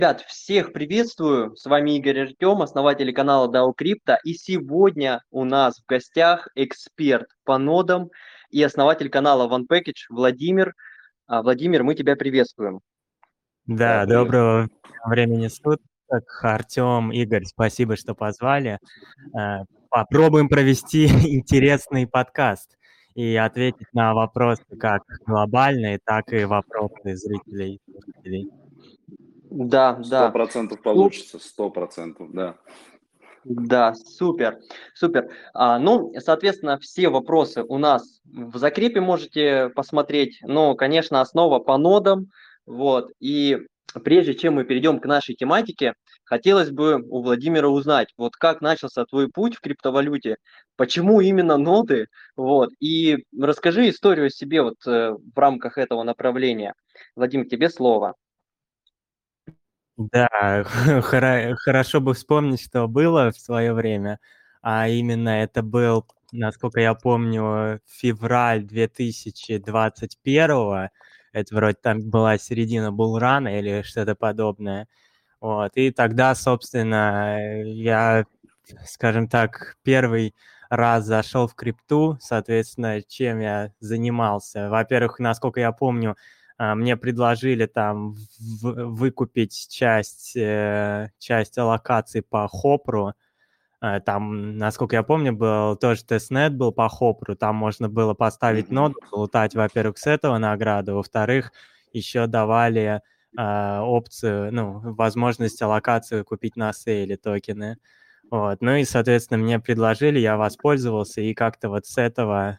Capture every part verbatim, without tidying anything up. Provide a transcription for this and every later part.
Ребят, всех приветствую. С вами Игорь Артем, основатель канала дао Crypto. И сегодня у нас в гостях эксперт по нодам и основатель канала OnePackage Владимир. А, Владимир, мы тебя приветствуем. Да, Да, привет. доброго времени суток, Артем, Игорь, спасибо, что позвали. Э, Попробуем провести интересный подкаст и ответить на вопросы как глобальные, так и вопросы зрителей и слушателей. Да, Сто да. процентов Ну, получится, сто процентов, да. Да, супер, супер. А, ну, соответственно, все вопросы у нас в закрепе можете посмотреть. Но, конечно, основа по нодам. Вот. И прежде чем мы перейдем к нашей тематике, хотелось бы у Владимира узнать, вот как начался твой путь в криптовалюте, почему именно ноды, вот. И расскажи историю о себе вот э, в рамках этого направления. Владимир, тебе слово. Да, хоро- хорошо бы вспомнить, что было в свое время, а именно это был, насколько я помню, февраль две тысячи двадцать первого. Это вроде там была середина булрана или что-то подобное. Вот, и тогда, собственно, э, я, скажем так, первый раз зашел в крипту, соответственно, чем я занимался. Во-первых, насколько я помню, а, мне предложили там в- выкупить часть, э, часть аллокаций по Хопру. Э, Там, насколько я помню, был тоже тестнет был по Хопру. Там можно было поставить Мгм. ноду, лутать, во-первых, с этого награду, во-вторых, еще давали э, опцию, ну, возможность аллокацию купить на сейле токены. Вот. Ну и, соответственно, мне предложили, я воспользовался, и как-то вот с этого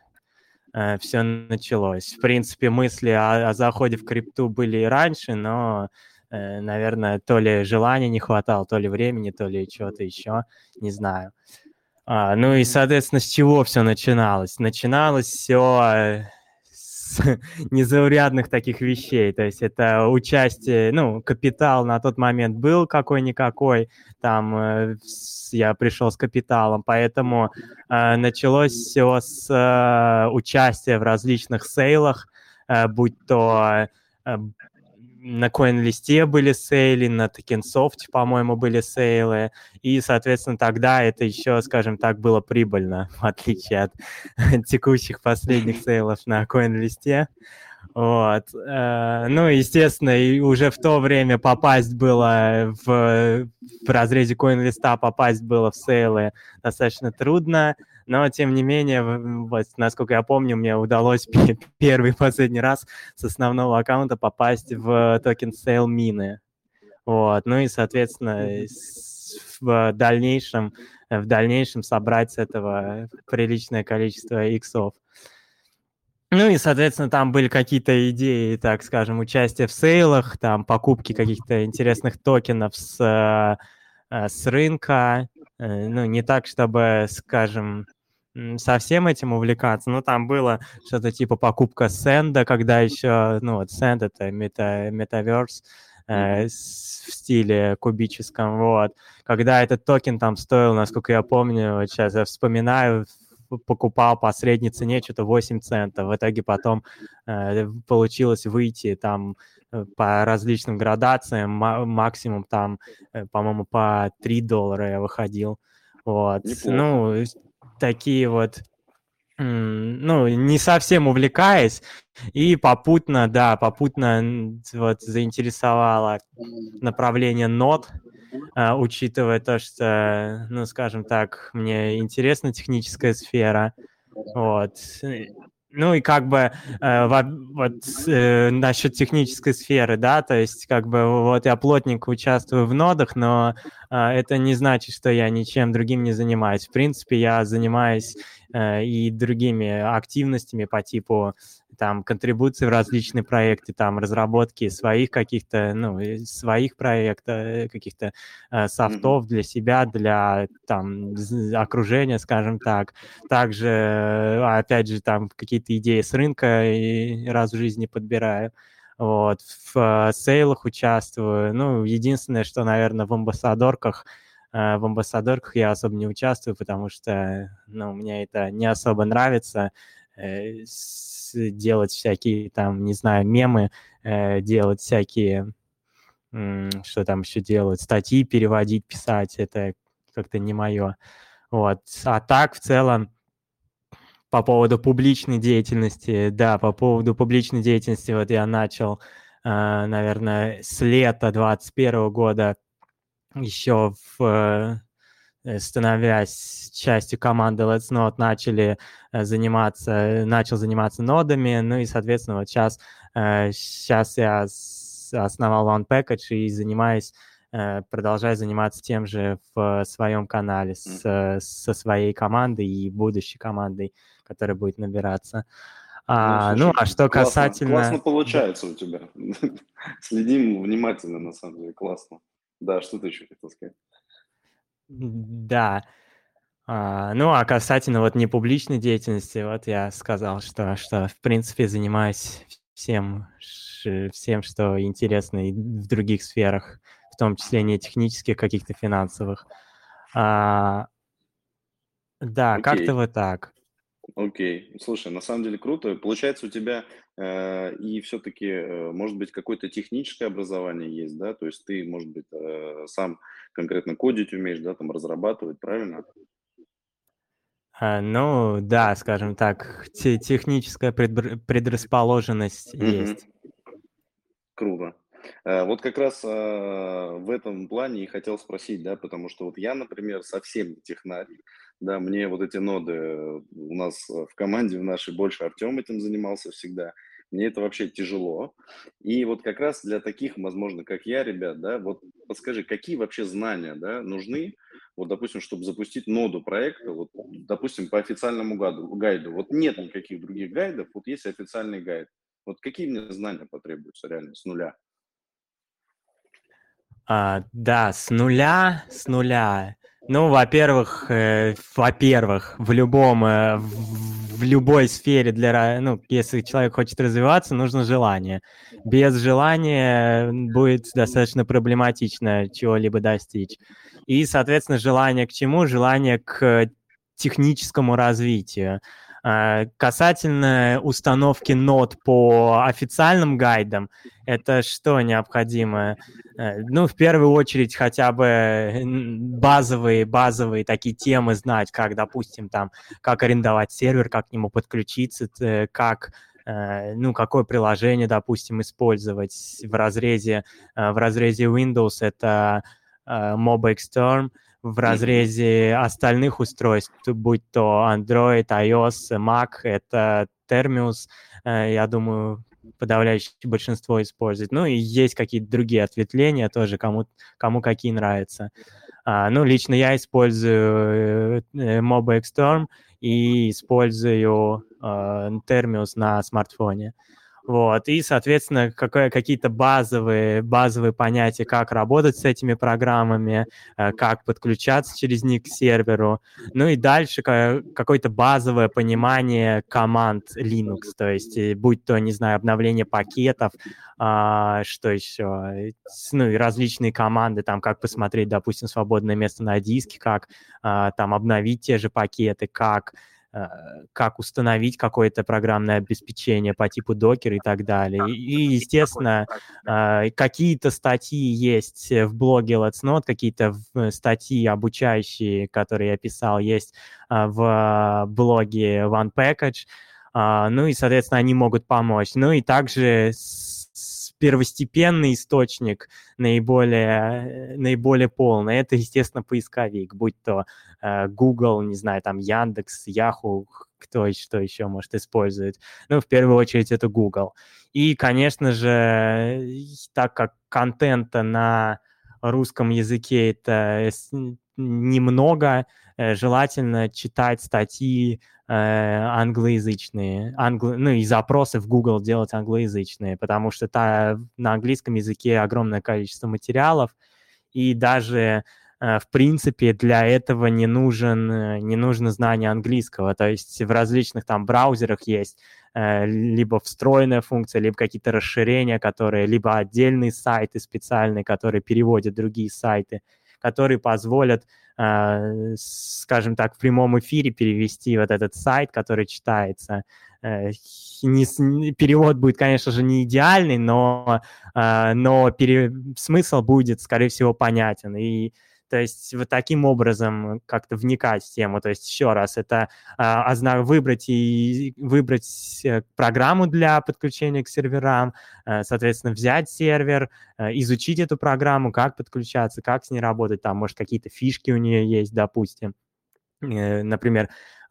все началось. В принципе, мысли о, о заходе в крипту были и раньше, но, э, наверное, то ли желания не хватало, то ли времени, то ли чего-то еще, не знаю. А, ну и, соответственно, с чего все начиналось? Начиналось все с незаурядных таких вещей. То есть это участие, ну, капитал на тот момент был какой-никакой. Там э, с- я пришел с капиталом, поэтому э, началось все с э, участия в различных сейлах, э, будь то э, на CoinList'е были сейлы, на TokenSoft, по-моему, были сейлы, и, соответственно, тогда это еще, скажем так, было прибыльно, в отличие от текущих последних сейлов на CoinList'е. Вот. Э, Ну, естественно, и уже в то время попасть было в, в разрезе CoinList'а, попасть было в сейлы достаточно трудно, но, тем не менее, в- вот, насколько я помню, мне удалось пе- первый и последний раз с основного аккаунта попасть в токен сейл мины. Вот. Ну и, соответственно, с- в дальнейшем, в дальнейшем собрать с этого приличное количество иксов. Ну и, соответственно, там были какие-то идеи, так скажем, участия в сейлах, там покупки каких-то интересных токенов с, э, э, с рынка. Э, Ну, не так, чтобы, скажем, м, совсем этим увлекаться, но там было что-то типа покупка сэнда, когда еще, ну вот сэнд — это мета, метаверс, э, Мгм. с- в стиле кубическом, вот. Когда этот токен там стоил, насколько я помню, вот сейчас я вспоминаю, покупал по средней цене что-то восемь центов. В итоге потом э, получилось выйти там э, по различным градациям, ма- максимум там, э, по-моему, по три доллара я выходил. Вот. Неплохо. Ну, с- такие вот, м, ну, не совсем увлекаясь, и попутно, да, попутно м, вот заинтересовало направление нот, а, учитывая то, что, ну, скажем так, мне интересна техническая сфера, вот. Э, Ну и как бы э, во- вот э, насчет технической сферы, да, то есть как бы вот я плотненько участвую в нодах, но э, это не значит, что я ничем другим не занимаюсь. В принципе, я занимаюсь э, и другими активностями по типу там контрибуции в различные проекты, там разработки своих каких-то, ну, и своих проектов, э, каких-то э, Мгм. софтов для себя, для там з- окружения, скажем так. Также, э, опять же, там какие-то идеи с рынка и раз в жизни подбираю. Вот. В э, сейлах участвую. Ну, единственное, что, наверное, в амбассадорках, э, в амбассадорках я особо не участвую, потому что, ну, мне это не особо нравится. э, с- делать всякие там, не знаю, мемы, э, делать всякие что там еще делают, статьи переводить, писать, это как-то не мое. Вот. А так, в целом, по поводу публичной деятельности, да, по поводу публичной деятельности, вот я начал, наверное, с лета двадцать первого года, еще в, становясь частью команды Let's Node, начали заниматься, начал заниматься нодами, ну и, соответственно, вот сейчас, сейчас я основал OnePackage и занимаюсь, продолжаю заниматься тем же в своем канале с, со своей командой и будущей командой, которая будет набираться. А, ну, ну, слушай, ну, а что классно, касательно... Классно получается у тебя. Следим внимательно, на самом деле, классно. Да, что ты еще хотел сказать? Да. А, ну, а касательно вот непубличной деятельности, вот я сказал, что, что в принципе, занимаюсь всем, всем, что интересно и в других сферах, в том числе не технических, каких-то финансовых. А, да, Окей. как-то вот так. Окей. Слушай, на самом деле круто. Получается, у тебя э, и все-таки, э, может быть, какое-то техническое образование есть, да? То есть ты, может быть, э, сам конкретно кодить умеешь, да, там разрабатывать, правильно? А, ну, да, скажем так, те- техническая предбр- предрасположенность Мгм. есть. Круто. Э, Вот как раз э, в этом плане и хотел спросить, да, потому что вот я, например, совсем не технарь, да, мне вот эти ноды э, у нас э, в команде, в нашей больше Артем этим занимался всегда, мне это вообще тяжело. И вот как раз для таких, возможно, как я, ребят, да, вот подскажи, какие вообще знания, да, нужны, вот, допустим, чтобы запустить ноду проекта, вот, допустим, по официальному гайду, гайду. Вот нет никаких других гайдов, вот есть официальный гайд. Вот какие мне знания потребуются реально с нуля? А, да, с нуля, с нуля. Ну, во-первых, э, во-первых, в любом, э, в, в любой сфере для, ра- ну, если человек хочет развиваться, нужно желание. Без желания будет достаточно проблематично чего-либо достичь. И, соответственно, желание к чему? Желание к техническому развитию. А, касательно установки нод по официальным гайдам, это что необходимо? Ну, в первую очередь, хотя бы базовые, базовые такие темы знать, как, допустим, там, как арендовать сервер, как к нему подключиться, как, ну, какое приложение, допустим, использовать в разрезе, в разрезе Windows это MobaXterm, в разрезе остальных устройств, будь то Android, iOS, Mac, это Termius, я думаю, подавляющее большинство использует. Ну и есть какие-то другие ответвления тоже, кому, кому какие нравятся. А, ну, лично я использую MobaXterm и использую э, Termius на смартфоне. Вот, и, соответственно, какое, какие-то базовые, базовые понятия, как работать с этими программами, как подключаться через них к серверу. Ну и дальше какое-то базовое понимание команд Linux, то есть будь то, не знаю, обновление пакетов, а, что еще, ну и различные команды, там, как посмотреть, допустим, свободное место на диске, как а, там обновить те же пакеты, как как установить какое-то программное обеспечение по типу Docker и так далее. И, естественно, какие-то статьи есть в блоге Let's Node, какие-то статьи обучающие, которые я писал, есть в блоге OnePackage. Ну и, соответственно, они могут помочь. Ну и также первостепенный источник, наиболее, наиболее полный, это, естественно, поисковик, будь то э, Google, не знаю, там Яндекс, Yahoo, кто что еще может использовать. Ну, в первую очередь, это Google. И, конечно же, так как контента на русском языке это немного, желательно читать статьи э, англоязычные, англ... ну и запросы в Google делать англоязычные, потому что та... на английском языке огромное количество материалов, и даже э, в принципе для этого не нужен не нужно знание английского, то есть в различных там браузерах есть э, либо встроенная функция, либо какие-то расширения, которые, либо отдельные сайты специальные, которые переводят другие сайты, которые позволят, э, скажем так, в прямом эфире перевести вот этот сайт, который читается. Э, не, перевод будет, конечно же, не идеальный, но, э, но пере, смысл будет, скорее всего, понятен. И то есть вот таким образом как-то вникать в тему. То есть еще раз, это а, выбрать и выбрать программу для подключения к серверам, соответственно, взять сервер, изучить эту программу, как подключаться, как с ней работать. Там, может, какие-то фишки у нее есть, допустим. Например,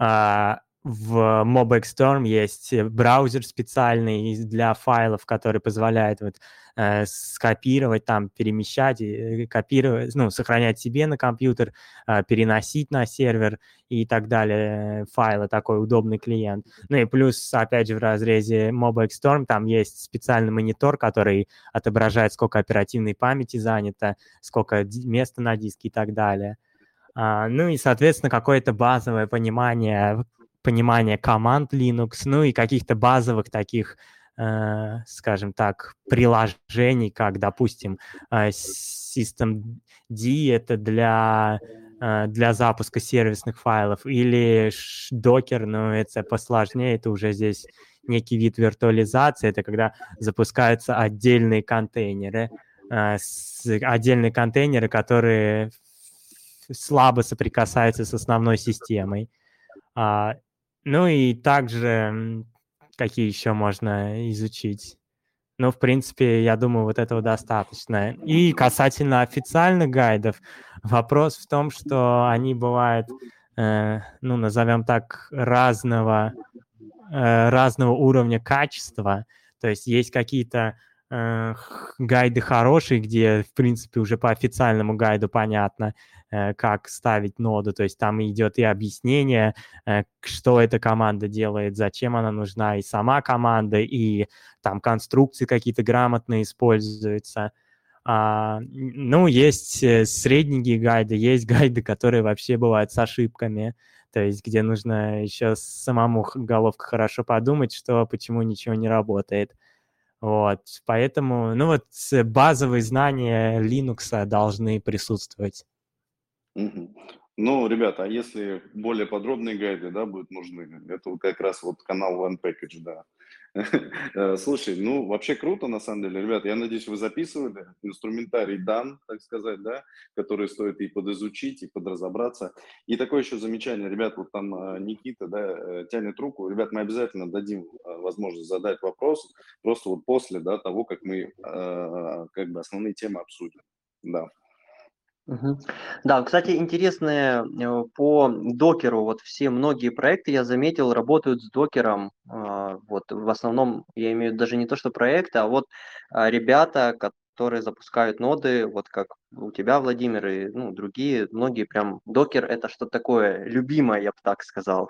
в MobaXterm есть браузер специальный для файлов, который позволяет вот, э, скопировать, там, перемещать, копировать, ну, сохранять себе на компьютер, э, переносить на сервер и так далее файлы, такой удобный клиент. Ну и плюс, опять же, в разрезе MobaXterm там есть специальный монитор, который отображает, сколько оперативной памяти занято, сколько места на диске и так далее. Uh, ну и, соответственно, какое-то базовое понимание, понимание команд Linux, ну и каких-то базовых таких, э, скажем так, приложений, как, допустим, э, Systemd — это для, э, для запуска сервисных файлов, или Docker, но это посложнее, это уже здесь некий вид виртуализации, это когда запускаются отдельные контейнеры, э, с, отдельные контейнеры, которые слабо соприкасается с основной системой. А, ну и также какие еще можно изучить? Ну, в принципе, я думаю, вот этого достаточно. И касательно официальных гайдов, вопрос в том, что они бывают, э, ну, назовем так, разного, э, разного уровня качества. То есть есть какие-то э, гайды хорошие, где, в принципе, уже по официальному гайду понятно, как ставить ноду, то есть там идет и объяснение, что эта команда делает, зачем она нужна, и сама команда, и там конструкции какие-то грамотно используются. А, ну, есть средние гайды, есть гайды, которые вообще бывают с ошибками, то есть где нужно еще самому головку хорошо подумать, что, почему ничего не работает. Вот, поэтому, ну вот, базовые знания Linux должны присутствовать. Угу. Ну, ребята, а если более подробные гайды, да, будут нужны, это вот как раз вот канал One Package, да. Слушай, ну, вообще круто, на самом деле, ребята, я надеюсь, вы записывали, инструментарий дан, так сказать, да, который стоит и подизучить, и подразобраться. И такое еще замечание, ребят, вот там Никита, да, тянет руку, ребят, мы обязательно дадим возможность задать вопрос, просто вот после, да, того, как мы, как бы, основные темы обсудим, да. Угу. Да, кстати, интересные э, по докеру, вот все многие проекты, я заметил, работают с докером, э, вот в основном, я имею в виду даже не то, что проекты, а вот э, ребята, которые запускают ноды, вот как у тебя, Владимир, и ну, другие, многие прям, докер это что-то такое любимое, я бы так сказал.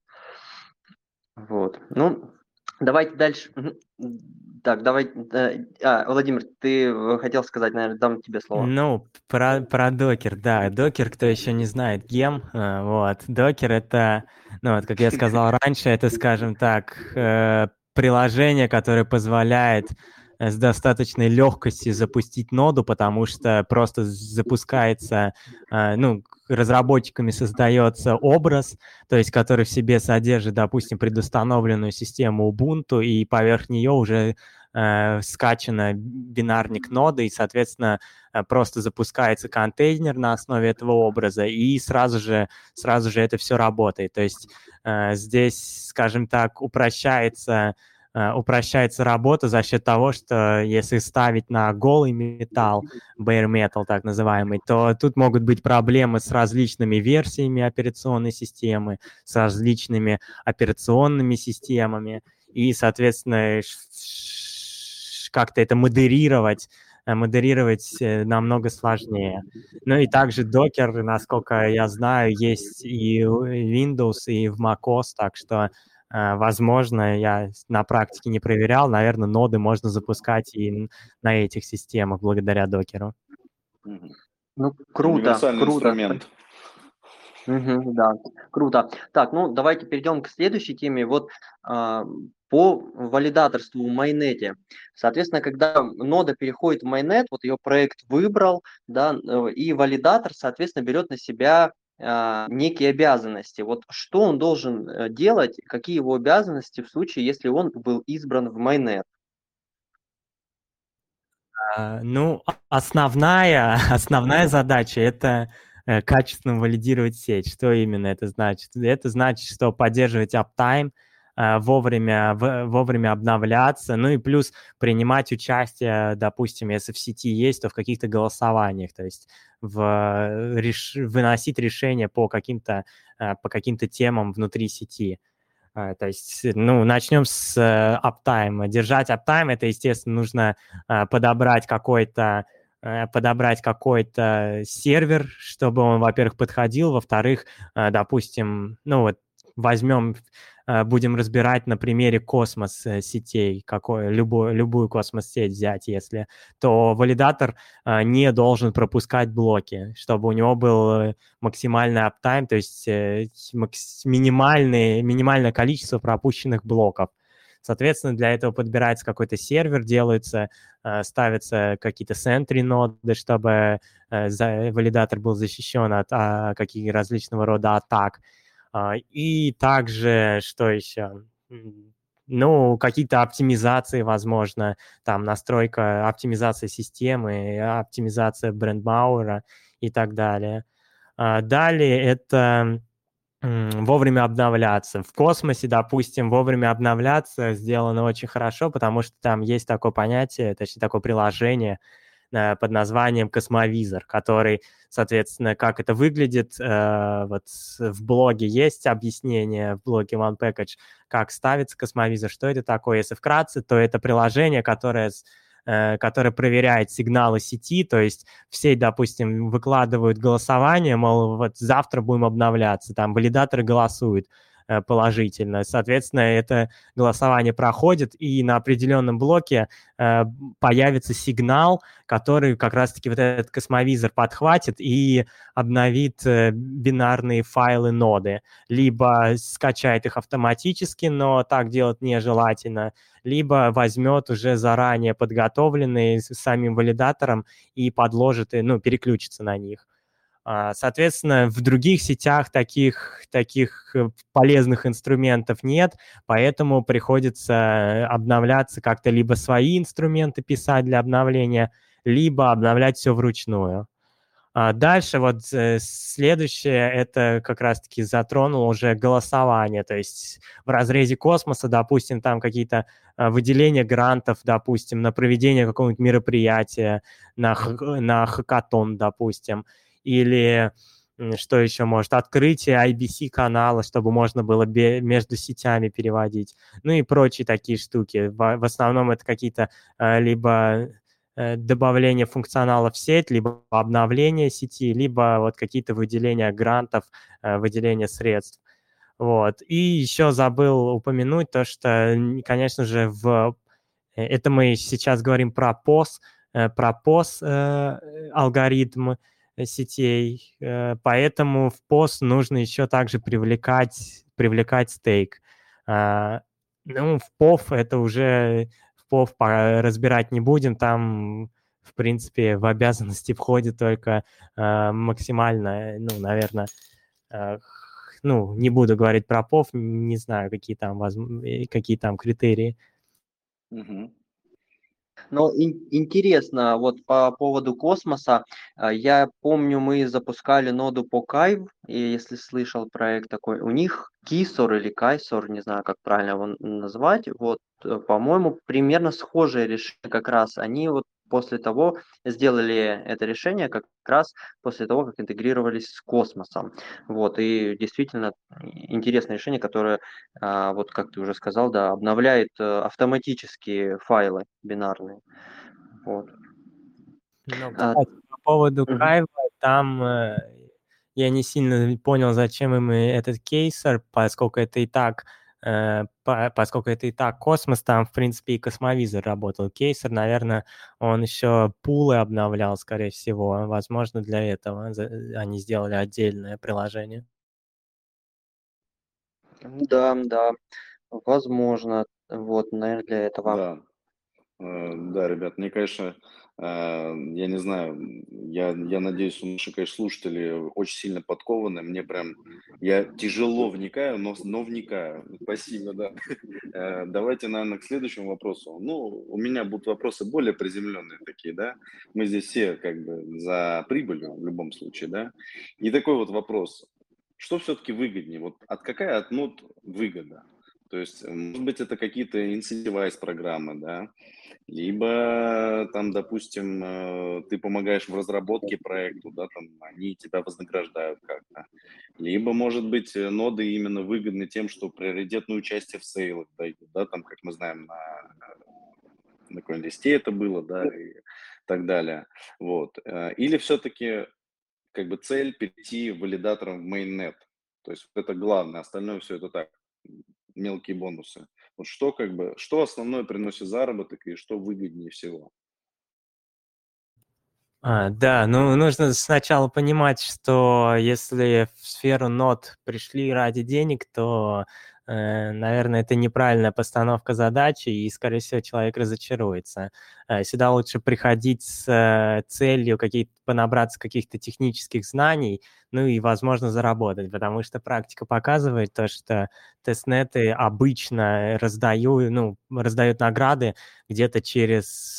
Вот, ну, давайте дальше. Так, давай. А, Владимир, ты хотел сказать, наверное, дам тебе слово. Ну, про, про докер, да. Докер, кто еще не знает, гем, вот. Докер — это, ну, вот, как я сказал раньше, это, скажем так, приложение, которое позволяет с достаточной легкостью запустить ноду, потому что просто запускается, ну, разработчиками создается образ, то есть который в себе содержит, допустим, предустановленную систему Ubuntu, и поверх нее уже э, скачана бинарник ноды, и, соответственно, просто запускается контейнер на основе этого образа, и сразу же, сразу же это все работает. То есть э, здесь, скажем так, упрощается упрощается работа за счет того, что если ставить на голый металл, bare metal так называемый, то тут могут быть проблемы с различными версиями операционной системы, с различными операционными системами, и, соответственно, как-то это модерировать, модерировать намного сложнее. Ну и также Docker, насколько я знаю, есть и в Windows, и в macOS, так что возможно, я на практике не проверял, наверное, ноды можно запускать и на этих системах благодаря докеру. Ну, круто, Универсальный круто. инструмент. Угу, да, круто. Так, ну давайте перейдем к следующей теме. Вот э, по валидаторству в майонете. Соответственно, когда нода переходит в майонет, вот ее проект выбрал, да, э, и валидатор, соответственно, берет на себя а, некие обязанности. Вот что он должен э, делать, какие его обязанности в случае, если он был избран в майонет? А, Ну, а- основная, основная задача — это э, качественно валидировать сеть. Что именно это значит? Это значит, что поддерживать uptime, э, вовремя, в- вовремя обновляться, ну и плюс принимать участие, допустим, если в сети есть, то в каких-то голосованиях, то есть в, э, реш- выносить решения по каким-то, э, по каким-то темам внутри сети. А, То есть, ну, начнем с э, аптайма. Держать аптайм — это, естественно, нужно а, подобрать какой-то э, подобрать какой-то сервер, чтобы он, во-первых, подходил, во-вторых, э, допустим, ну вот возьмем, э, будем разбирать на примере космос э, сетей, какой, любую, любую космос-сеть взять, если, то валидатор э, не должен пропускать блоки, чтобы у него был э, максимальный аптайм, то есть э, макс- минимальный, минимальное количество пропущенных блоков. Соответственно, для этого подбирается какой-то сервер, делается, э, ставятся какие-то сентри ноды, чтобы э, за, валидатор был защищен от а, каких различного рода атак. А, и также, что еще? М, Ну, какие-то оптимизации, возможно, там настройка, оптимизация системы, оптимизация брендмауэра и так далее. А, Далее это м, вовремя обновляться. В космосе, допустим, вовремя обновляться сделано очень хорошо, потому что там есть такое понятие, точнее, такое приложение э, под названием «Космовизор», который, соответственно, как это выглядит, э, вот в блоге есть объяснение, в блоге One Package, как ставится космовизор, что это такое. Если вкратце, то это приложение, которое с- э, которое проверяет сигналы сети, то есть в сеть, допустим, выкладывают голосование, мол, вот завтра будем обновляться, там валидаторы голосуют э, положительно. Соответственно, это голосование проходит, и на определенном блоке э, появится сигнал, который как раз-таки вот этот космовизор подхватит и обновит э, бинарные файлы ноды. Либо скачает их автоматически, но так делать нежелательно, либо возьмет уже заранее подготовленные с самим валидатором и подложит, и, ну, переключится на них. А, Соответственно, в других сетях таких, таких э, полезных инструментов нет, поэтому приходится э, обновляться как-то, либо свои инструменты писать для обновления, либо обновлять все вручную. А Дальше вот э, следующее, это как раз-таки затронуло уже голосование, то есть в разрезе космоса, допустим, там какие-то э, выделения грантов, допустим, на проведение какого-нибудь мероприятия, на, х- на хакатон, допустим, или м, что еще может, открытие ай би си-канала, чтобы можно было бе- между сетями переводить, ну и прочие такие штуки. В, в основном это какие-то э, либо э, добавление функционала в сеть, либо обновление сети, либо вот какие-то выделения грантов, э, выделение средств. Вот. И еще забыл упомянуть то, что, н- конечно же, в... э, это мы сейчас говорим про пос, э, про пос э, алгоритм э, сетей, э, поэтому в пос нужно еще также привлекать, привлекать стейк. А, Ну, в пов это уже в пов по- разбирать не будем, там, в принципе, в обязанности входит только э, максимально, ну, наверное, э, х- ну, не буду говорить про пов, не знаю, какие там, возм- э, какие там критерии. Мгм. Но ин- интересно, вот по поводу космоса, а, я помню, мы запускали ноду по Кайв, и если слышал проект такой, у них Кисор или Кайсор, не знаю, как правильно его н- назвать, вот, э, по-моему, примерно схожее решение как раз. Они вот после того сделали это решение как раз после того, как интегрировались с космосом. Вот, и действительно интересное решение, которое, а, вот как ты уже сказал, да, обновляет э, автоматически файлы бинарные. Вот. Ну, А, кстати, по поводу мгм. Кайва, там э, я не сильно понял, зачем им и этот кейсер, поскольку это и так, э, по- поскольку это и так космос, там, в принципе, и космовизор работал. Кейсер, наверное, он еще пулы обновлял, скорее всего. Возможно, для этого за- они сделали отдельное приложение. Да, да, возможно. Вот, наверное, для этого. Да. Э, да, ребят, мне, конечно, э, я не знаю, я я надеюсь, что наши, конечно, слушатели очень сильно подкованы. Мне прям я тяжело вникаю, но но вникаю. Спасибо, да. Э, давайте, наверно, к следующему вопросу. Ну, у меня будут вопросы более приземленные такие, да. Мы здесь все как бы за прибылью в любом случае, да. И такой вот вопрос: что все-таки выгоднее? Вот от какая от нод выгода? То есть, может быть, это какие-то incentivize программы, да, либо там, допустим, э, ты помогаешь в разработке проекту, да, там они тебя вознаграждают как-то. Либо, может быть, э, ноды именно выгодны тем, что приоритетное участие в сейлах дают, да, там, как мы знаем, на, на CoinList'е это было, да, и так далее. Вот. Э, Или все-таки как бы цель перейти валидатором в mainnet. То есть вот это главное, остальное все это так, мелкие бонусы. Вот что как бы, что основное приносит заработок и что выгоднее всего? А, да, ну нужно сначала понимать, что если в сферу нод пришли ради денег, то, э, наверное, это неправильная постановка задачи, и, скорее всего, человек разочаруется. Э, сюда лучше приходить с э, целью какие понабраться каких-то технических знаний, ну и, возможно, заработать, потому что практика показывает то, что тестнеты обычно раздаю, ну, раздают награды где-то через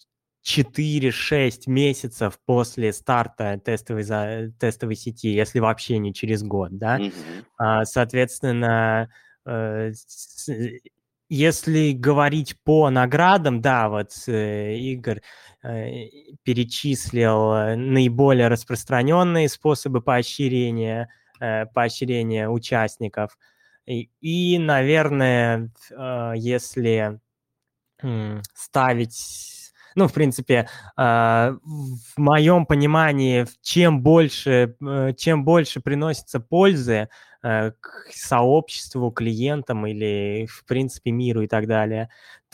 четыре-шесть месяцев после старта тестовой, за, тестовой сети, если вообще не через год, да. Мгм. А, соответственно, э, с- если говорить по наградам, да, вот э, Игорь э, перечислил э, наиболее распространенные способы поощрения, э, поощрения участников. И, и, наверное, э, если м, ставить, ну, в принципе, а, в моем понимании, в- чем больше, э, чем больше приносится пользы э, к сообществу, клиентам или, в принципе, миру и так далее,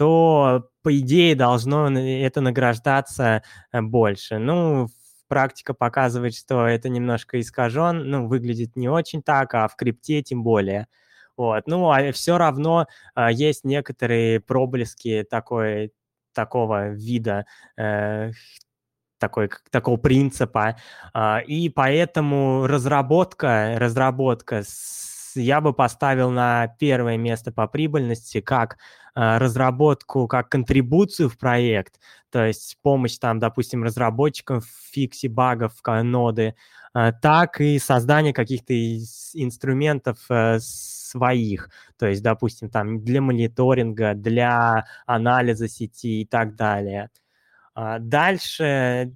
то, по идее, должно н- это награждаться э, больше. Ну, практика показывает, что это немножко искажен, ну, выглядит не очень так, а в крипте тем более. Вот. Ну, а все равно а, есть некоторые проблески такой, такого вида, э, такой, к- такого принципа. А, и поэтому разработка, разработка с- я бы поставил на первое место по прибыльности как а, разработку, как контрибуцию в проект, то есть помощь там, допустим, разработчикам в фиксе багов в ка- ноды, а, так и создание каких-то из инструментов э, своих, то есть, допустим, там для мониторинга, для анализа сети и так далее. А, Дальше,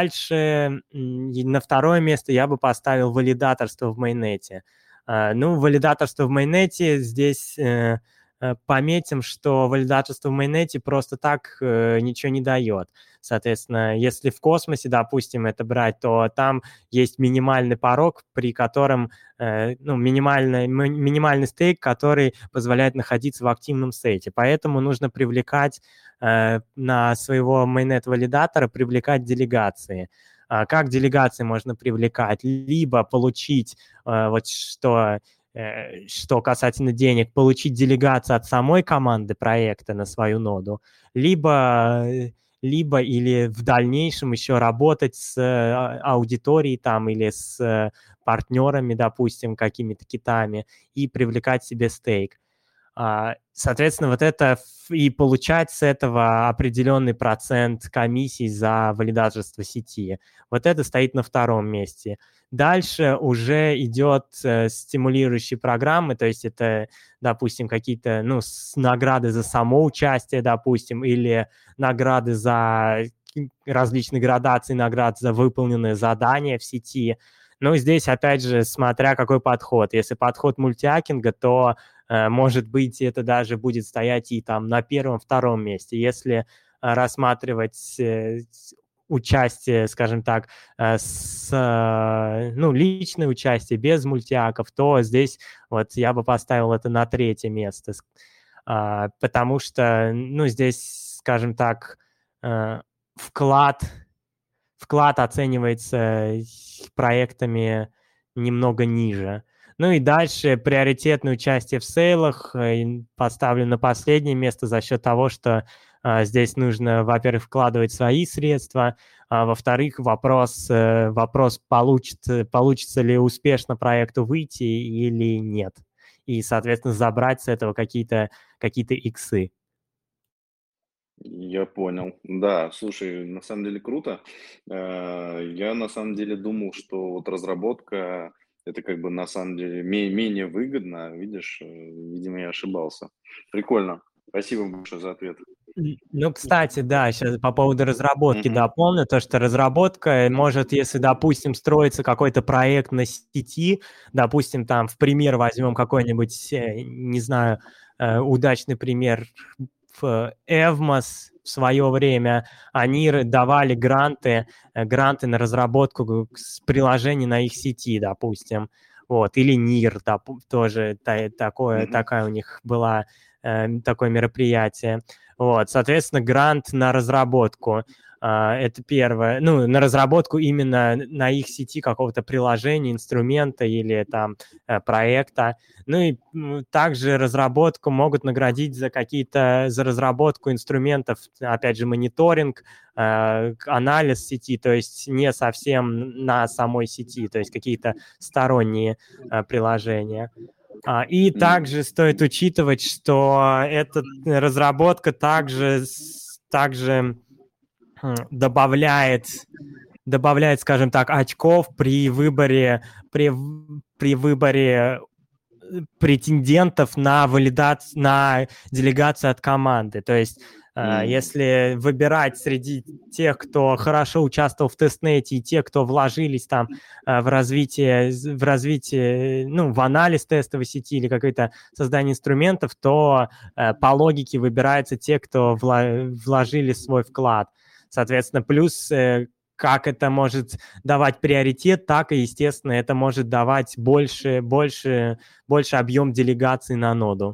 дальше м, и на второе место я бы поставил валидаторство в майонете. А, Ну, валидаторство в майонете здесь э, э, пометим, что валидаторство в майонете просто так э, ничего не дает. Соответственно, если в космосе, допустим, это брать, то там есть минимальный порог, при котором, э, ну, минимальный, ми- минимальный стейк, который позволяет находиться в активном стейте. Поэтому нужно привлекать э, на своего майонет-валидатора привлекать делегации. А как делегации можно привлекать? Либо получить, э, вот что, э, что касательно денег, получить делегацию от самой команды проекта на свою ноду, либо, э, либо или в дальнейшем еще работать с э, аудиторией там или с э, партнерами, допустим, какими-то китами и привлекать себе стейк. А, Соответственно, вот это ф- и получать с этого определенный процент комиссий за валидаторство сети. Вот это стоит на втором месте. Дальше уже идет э, стимулирующие программы, то есть это, допустим, какие-то, ну, с- награды за само участие, допустим, или награды за ки- различные градации наград за выполненные задания в сети. Но здесь, опять же, смотря какой подход. Если подход мультиакинга, то Э, может быть, это даже будет стоять и там на первом-втором месте. Если э, рассматривать э, с- участие, скажем так, э, с, э, ну, личное участие без мультиаков, то здесь вот я бы поставил это на третье место, С- а, потому что, ну, здесь, скажем так, э, вклад, вклад оценивается проектами немного ниже. Ну и дальше приоритетное участие в сейлах поставлю на последнее место за счет того, что а, здесь нужно, во-первых, вкладывать свои средства, а во-вторых, вопрос, вопрос получится, получится ли успешно проекту выйти или нет. И, соответственно, забрать с этого какие-то, какие-то иксы. Я понял. Да, слушай, на самом деле круто. Э, Я на самом деле думал, что вот разработка это как бы на самом деле ме- менее выгодно. Видишь, э, видимо, я ошибался. Прикольно. Спасибо большое за ответ. М, Ну, кстати, да, сейчас по поводу разработки Мгм. дополню, то, что разработка может, если, допустим, строится какой-то проект на сети, допустим, там, в пример возьмем какой-нибудь, э, не знаю, э, удачный пример, в Evmos в свое время, они р- давали гранты, э, гранты на разработку г- с приложений на их сети, допустим, вот, или нир, допу- тоже та- такое, Мгм. такая у них была, э, такое мероприятие. Вот, соответственно, грант на разработку. а, Это первое. Ну, на разработку именно на их сети какого-то приложения, инструмента или там э, проекта. Ну и м, также разработку могут наградить за какие-то, за разработку инструментов, опять же, мониторинг, э, к- анализ сети, то есть не совсем на самой сети, то есть какие-то сторонние э, приложения. А, И М. также стоит учитывать, что эта разработка также, с- также м, добавляет, добавляет, скажем так, очков при выборе, при, в- при выборе э, претендентов на валидацию, на делегацию от команды. То есть, э, М. если выбирать среди тех, кто хорошо участвовал в тестнете, и те, кто вложились там э, в развитие, з- в развитие, ну, в анализ тестовой сети или какое-то создание инструментов, то э, по логике выбираются те, кто вла- вложили свой вклад. Соответственно, плюс э, как это может давать приоритет, так и, естественно, это может давать больше, больше больше объем делегаций на ноду.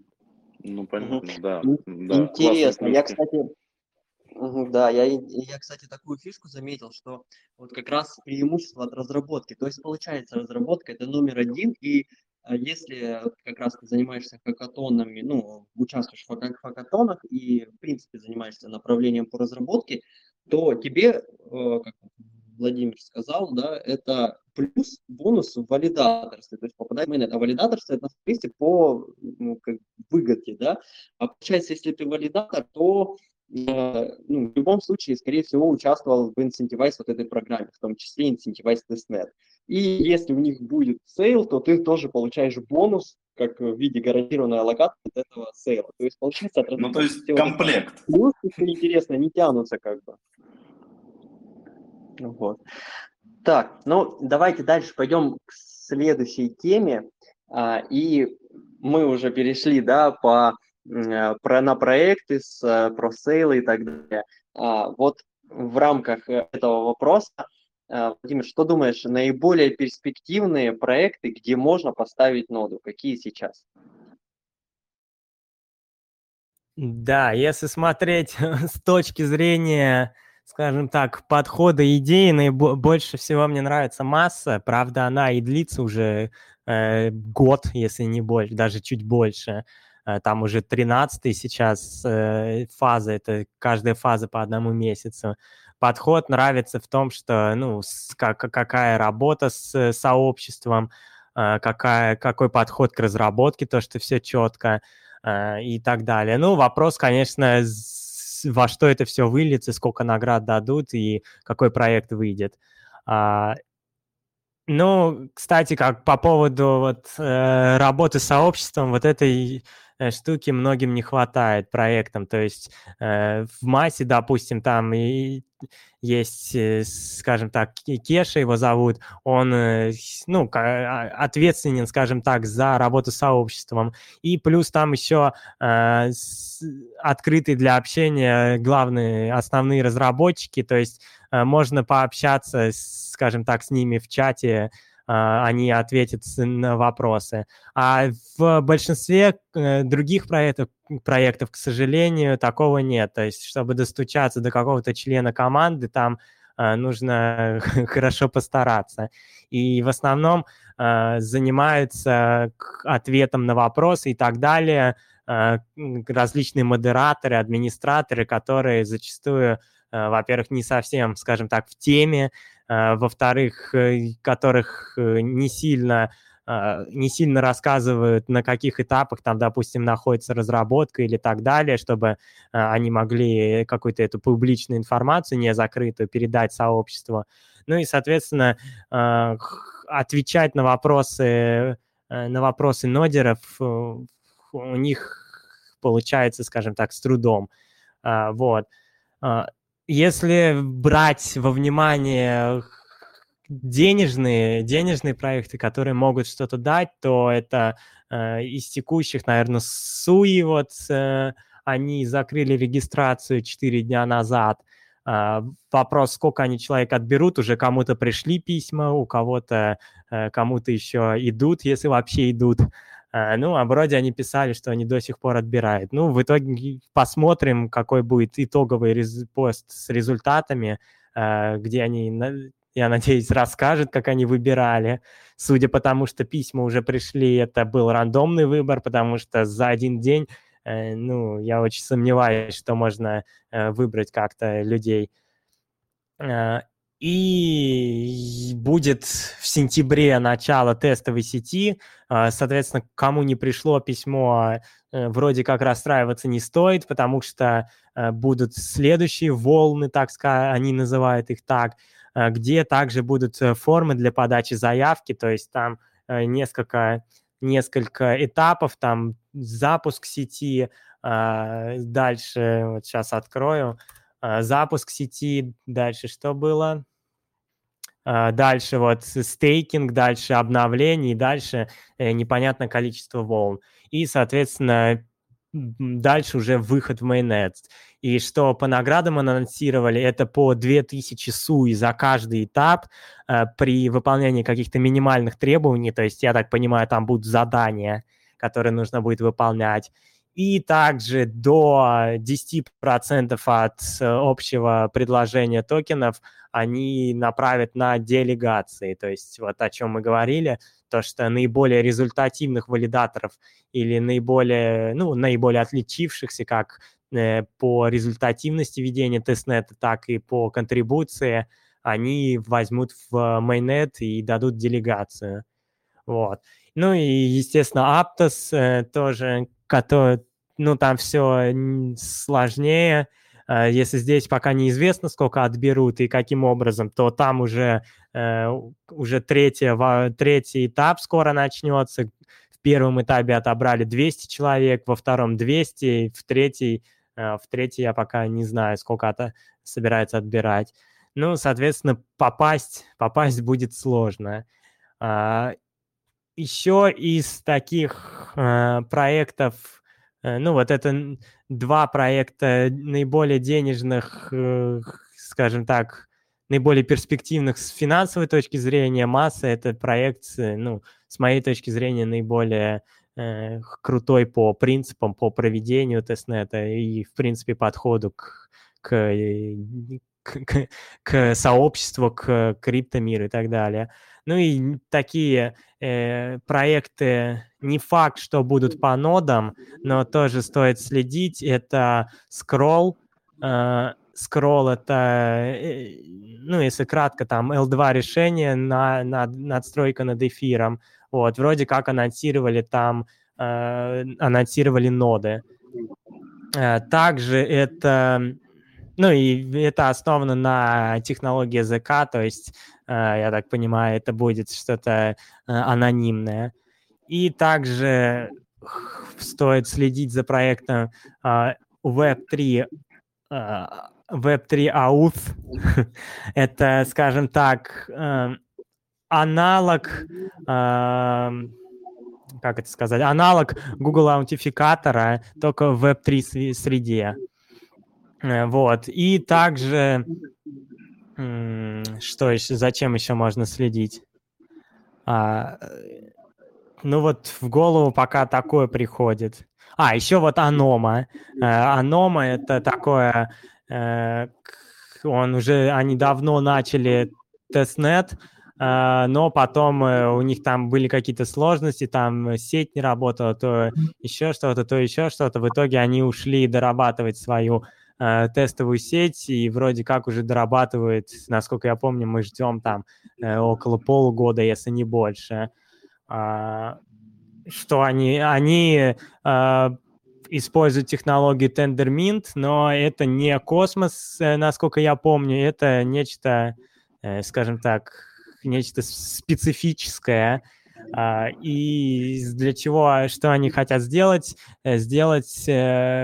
Ну, Мгм. понятно, да. Ин- Да, классные Интересно. Я, плюшки. кстати, мгм, да, я, и- я, кстати, такую фишку заметил, что вот как раз преимущество от разработки. То есть, получается, разработка это номер один, и а, если вот как раз ты занимаешься хакатонами, ну, участвуешь в хака- хакатонах и, в принципе, занимаешься направлением по разработке, то тебе, э, как Владимир сказал, да, это плюс бонус в валидаторстве. То есть попадать в mainnet. А валидаторство это, в принципе, по ну, как выгоде, да. А получается, если ты валидатор, то э, ну, в любом случае, скорее всего, участвовал в Incentivize вот этой программе, в том числе Incentivize Testnet. И если у них будет сейл, то ты тоже получаешь бонус, как в виде гарантированной аллокации от этого сейла. То есть, получается, от Ну, то разработки есть все вот эти комплект. плюсы, что интересно, не тянутся как бы. Вот. Так, ну давайте дальше пойдем к следующей теме. А, и мы уже перешли, да, по, м, а, про, на проекты с а, про сейлы и так далее. А, вот в рамках э, этого вопроса, а, Владимир, что думаешь, наиболее перспективные проекты, где можно поставить ноду, какие сейчас? Да, если смотреть с точки зрения, скажем так, подхода идеи, наибо- больше всего мне нравится масса. Правда, она и длится уже э, год, если не больше, даже чуть больше. Э, Там уже тринадцатый сейчас э, фаза, это каждая фаза по одному месяцу. Подход нравится в том, что, ну, с- как, какая работа с э, сообществом, э, какая, какой подход к разработке, то, что все четко э, и так далее. Ну, вопрос, конечно, с- во что это все выльется, сколько наград дадут и какой проект выйдет. А, ну, кстати, как по поводу вот э, работы с сообществом, вот этой э, штуки многим не хватает проектам. То есть э, в массе, допустим, там и есть, э, скажем так, Ке- Кеша его зовут, он, э, с- ну, ка- а- ответственен, скажем так, за работу с сообществом. И плюс там еще э, с- открытые для общения главные, основные разработчики, то есть э, можно пообщаться, с, скажем так, с ними в чате, э, они ответят с- на вопросы. А в большинстве э, других проектов, проектов, к сожалению, такого нет. То есть, чтобы достучаться до какого-то члена команды, там нужно хорошо постараться. И в основном занимаются ответом на вопросы и так далее различные модераторы, администраторы, которые зачастую, во-первых, не совсем, скажем так, в теме, во-вторых, которых не сильно, не сильно рассказывают, на каких этапах там, допустим, находится разработка или так далее, чтобы они могли какую-то эту публичную информацию, не закрытую, передать сообществу. Ну и, соответственно, отвечать на вопросы, на вопросы нодеров у них получается, скажем так, с трудом. Вот. Если брать во внимание денежные, денежные проекты, которые могут что-то дать, то это из текущих, наверное, Суи, вот они закрыли регистрацию четыре дня назад. Вопрос, сколько они человек отберут, уже кому-то пришли письма, у кого-то, кому-то еще идут, если вообще идут. Ну, а вроде они писали, что они до сих пор отбирают. Ну, в итоге посмотрим, какой будет итоговый рез- пост с результатами, где они, я надеюсь, расскажут, как они выбирали. Судя по тому, что письма уже пришли, это был рандомный выбор, потому что за один день, ну, я очень сомневаюсь, что можно выбрать как-то людей. И будет в сентябре начало тестовой сети. Соответственно, кому не пришло письмо, вроде как расстраиваться не стоит, потому что будут следующие волны, так сказать, они называют их так, где также будут формы для подачи заявки, то есть там несколько, несколько этапов, там запуск сети, дальше, вот сейчас открою, запуск сети, дальше что было? Дальше вот стейкинг, дальше обновление, и дальше непонятное количество волн. И, соответственно, дальше уже выход в майнет. И что по наградам анонсировали, это по две тысячи суи за каждый этап при выполнении каких-то минимальных требований. То есть, я так понимаю, там будут задания, которые нужно будет выполнять. И также до десять процентов от общего предложения токенов они направят на делегации. То есть вот о чем мы говорили, то, что наиболее результативных валидаторов или наиболее, ну, наиболее отличившихся как э, по результативности ведения тестнета, так и по контрибуции, они возьмут в майнет и дадут делегацию. Вот. Ну и, естественно, Aptos э, тоже, который, ну, там все сложнее. Э, если здесь пока неизвестно, сколько отберут и каким образом, то там уже, э, уже третья, третий этап скоро начнется. В первом этапе отобрали двести человек, во втором двести, в третий, э, в третий я пока не знаю, сколько это собирается отбирать. Ну, соответственно, попасть, попасть будет сложно. Еще из таких э, проектов, э, ну вот это два проекта наиболее денежных, э, скажем так, наиболее перспективных с финансовой точки зрения. Масса — это проект, ну, с моей точки зрения, наиболее э, крутой по принципам, по проведению тестнета и, в принципе, подходу к, к, к, к сообществу, к криптомиру и так далее. Ну и такие э, проекты не факт, что будут по нодам, но тоже стоит следить. Это Scroll. Э, Scroll — это, э, ну, если кратко, там эл два решение, на, на, надстройка над эфиром. Вот, вроде как анонсировали там, э, анонсировали ноды. Э, также это... Ну, и это основано на технологии зет ка, то есть, я так понимаю, это будет что-то анонимное. И также стоит следить за проектом веб три, веб три ауth. Это, скажем так, аналог, как это сказать, аналог Google аутентификатора, только в веб три среде. Вот. И также, что еще, зачем еще можно следить? А, ну вот в голову пока такое приходит. А, еще вот Анома. Анома — это такое, он уже, они давно начали тестнет, но потом у них там были какие-то сложности, там сеть не работала, то еще что-то, то еще что-то. В итоге они ушли дорабатывать свою э, тестовую сеть, и вроде как уже дорабатывают, насколько я помню, мы ждем там э, около полугода, если не больше. А, что они, они э, используют технологию Tendermint, но это не космос, насколько я помню, это нечто, э, скажем так, нечто специфическое. Uh, и для чего, что они хотят сделать? Сделать, э,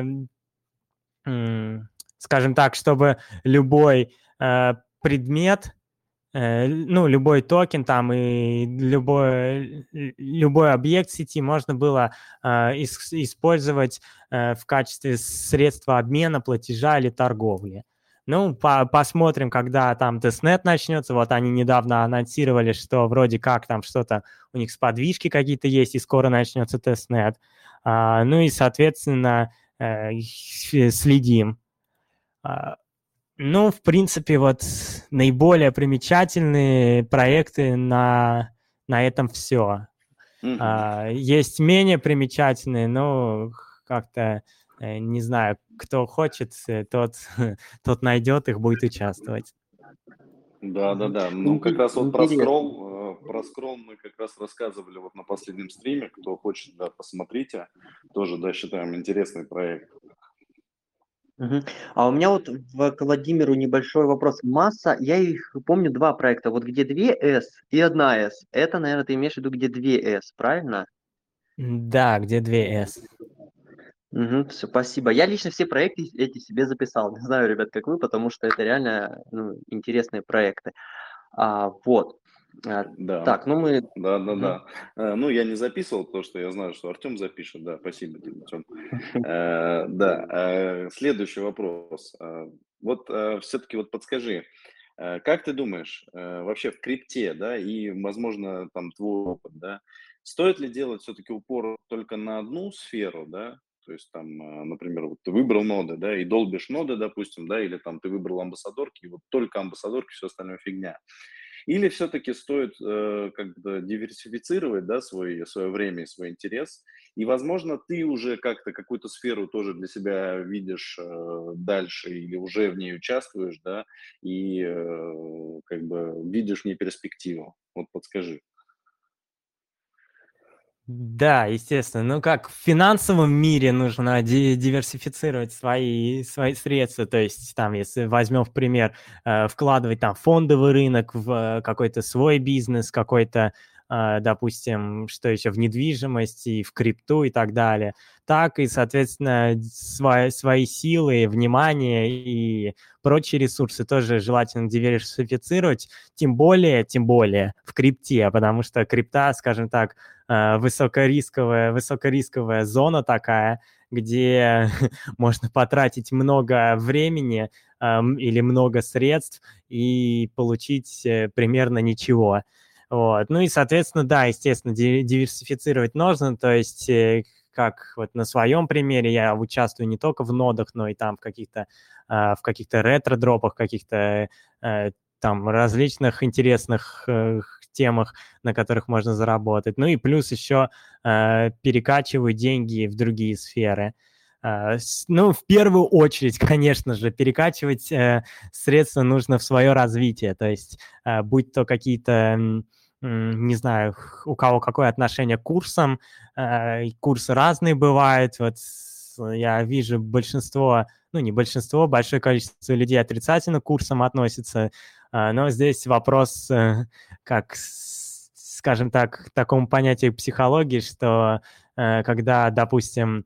э, скажем так, чтобы любой э, предмет, э, ну, любой токен там и любой, любой объект сети можно было э, ис- использовать э, в качестве средства обмена, платежа или торговли. Ну, по- посмотрим, когда там тестнет начнется. Вот они недавно анонсировали, что вроде как там что-то у них сподвижки какие-то есть, и скоро начнется тестнет. А, ну и, соответственно, э, следим. А, ну, в принципе, вот наиболее примечательные проекты на, на этом все. Мгм. А, есть менее примечательные, но как-то, э, не знаю, кто хочет, э, тот, тот найдет их, будет участвовать. Да, да, Мгм. да. Ну, как Инте- раз вот про Интересно. скролл, э, про скролл мы как раз рассказывали вот на последнем стриме. Кто хочет, да, посмотрите. Тоже, да, считаем интересный проект. Мгм. А у меня вот в- к Владимиру небольшой вопрос. Масса, я их помню два проекта, вот где две эс и одна эс. Это, наверное, ты имеешь в виду, где две эс, правильно? М, Да, где две эс. Угу, все, спасибо. Я лично все проекты эти себе записал. Не знаю, ребят, как вы, потому что это реально, ну, интересные проекты. А, вот. А, Да, так, ну мы... да, да, Мгм. да. Э, Ну, я не записывал, потому что я знаю, что Артем запишет. Да, спасибо тебе, Артем. Э, Да, э, следующий вопрос. Э, Вот все-таки вот подскажи, э, как ты думаешь, э, вообще в крипте, да, и, возможно, там твой опыт, да, стоит ли делать все-таки упор только на одну сферу, да, то есть там, э, например, вот ты выбрал ноды, да, и долбишь ноды, допустим, да, или там ты выбрал амбассадорки, и вот только амбассадорки, все остальное фигня. Или все-таки стоит э, как-то диверсифицировать, да, свой, свое время и свой интерес, и, возможно, ты уже как-то какую-то сферу тоже для себя видишь э, дальше или уже в ней участвуешь, да, и э, как бы видишь в ней перспективу. Вот подскажи. Да, естественно. Ну, как в финансовом мире нужно ди- диверсифицировать свои, свои средства. То есть, там, если возьмем в пример, э, вкладывать там в фондовый рынок, в э, какой-то свой бизнес, какой-то, э, допустим, что еще, в недвижимость и в крипту и так далее. Так и, соответственно, свои, свои силы, внимание и прочие ресурсы тоже желательно диверсифицировать. Тем более, тем более в крипте, потому что крипта, скажем так, э, высокорисковая, высокорисковая зона такая, где можно потратить много времени эм, или много средств и получить э, примерно ничего. Вот. Ну и, соответственно, да, естественно, ди- диверсифицировать нужно, то есть э, как вот на своем примере я участвую не только в нодах, но и там в каких-то э, в каких-то ретро-дропах, каких-то э, там различных интересных э, темах, на которых можно заработать. Ну и плюс еще э, перекачиваю деньги в другие сферы. Э, с, ну, в первую очередь, конечно же, перекачивать э, средства нужно в свое развитие. То есть, э, будь то какие-то, м, м, не знаю, у кого какое отношение к курсам, э, курсы разные бывают. Вот я вижу большинство, ну не большинство, большое количество людей отрицательно к курсам относится. Но здесь вопрос, как, скажем так, к такому понятию психологии, что когда, допустим,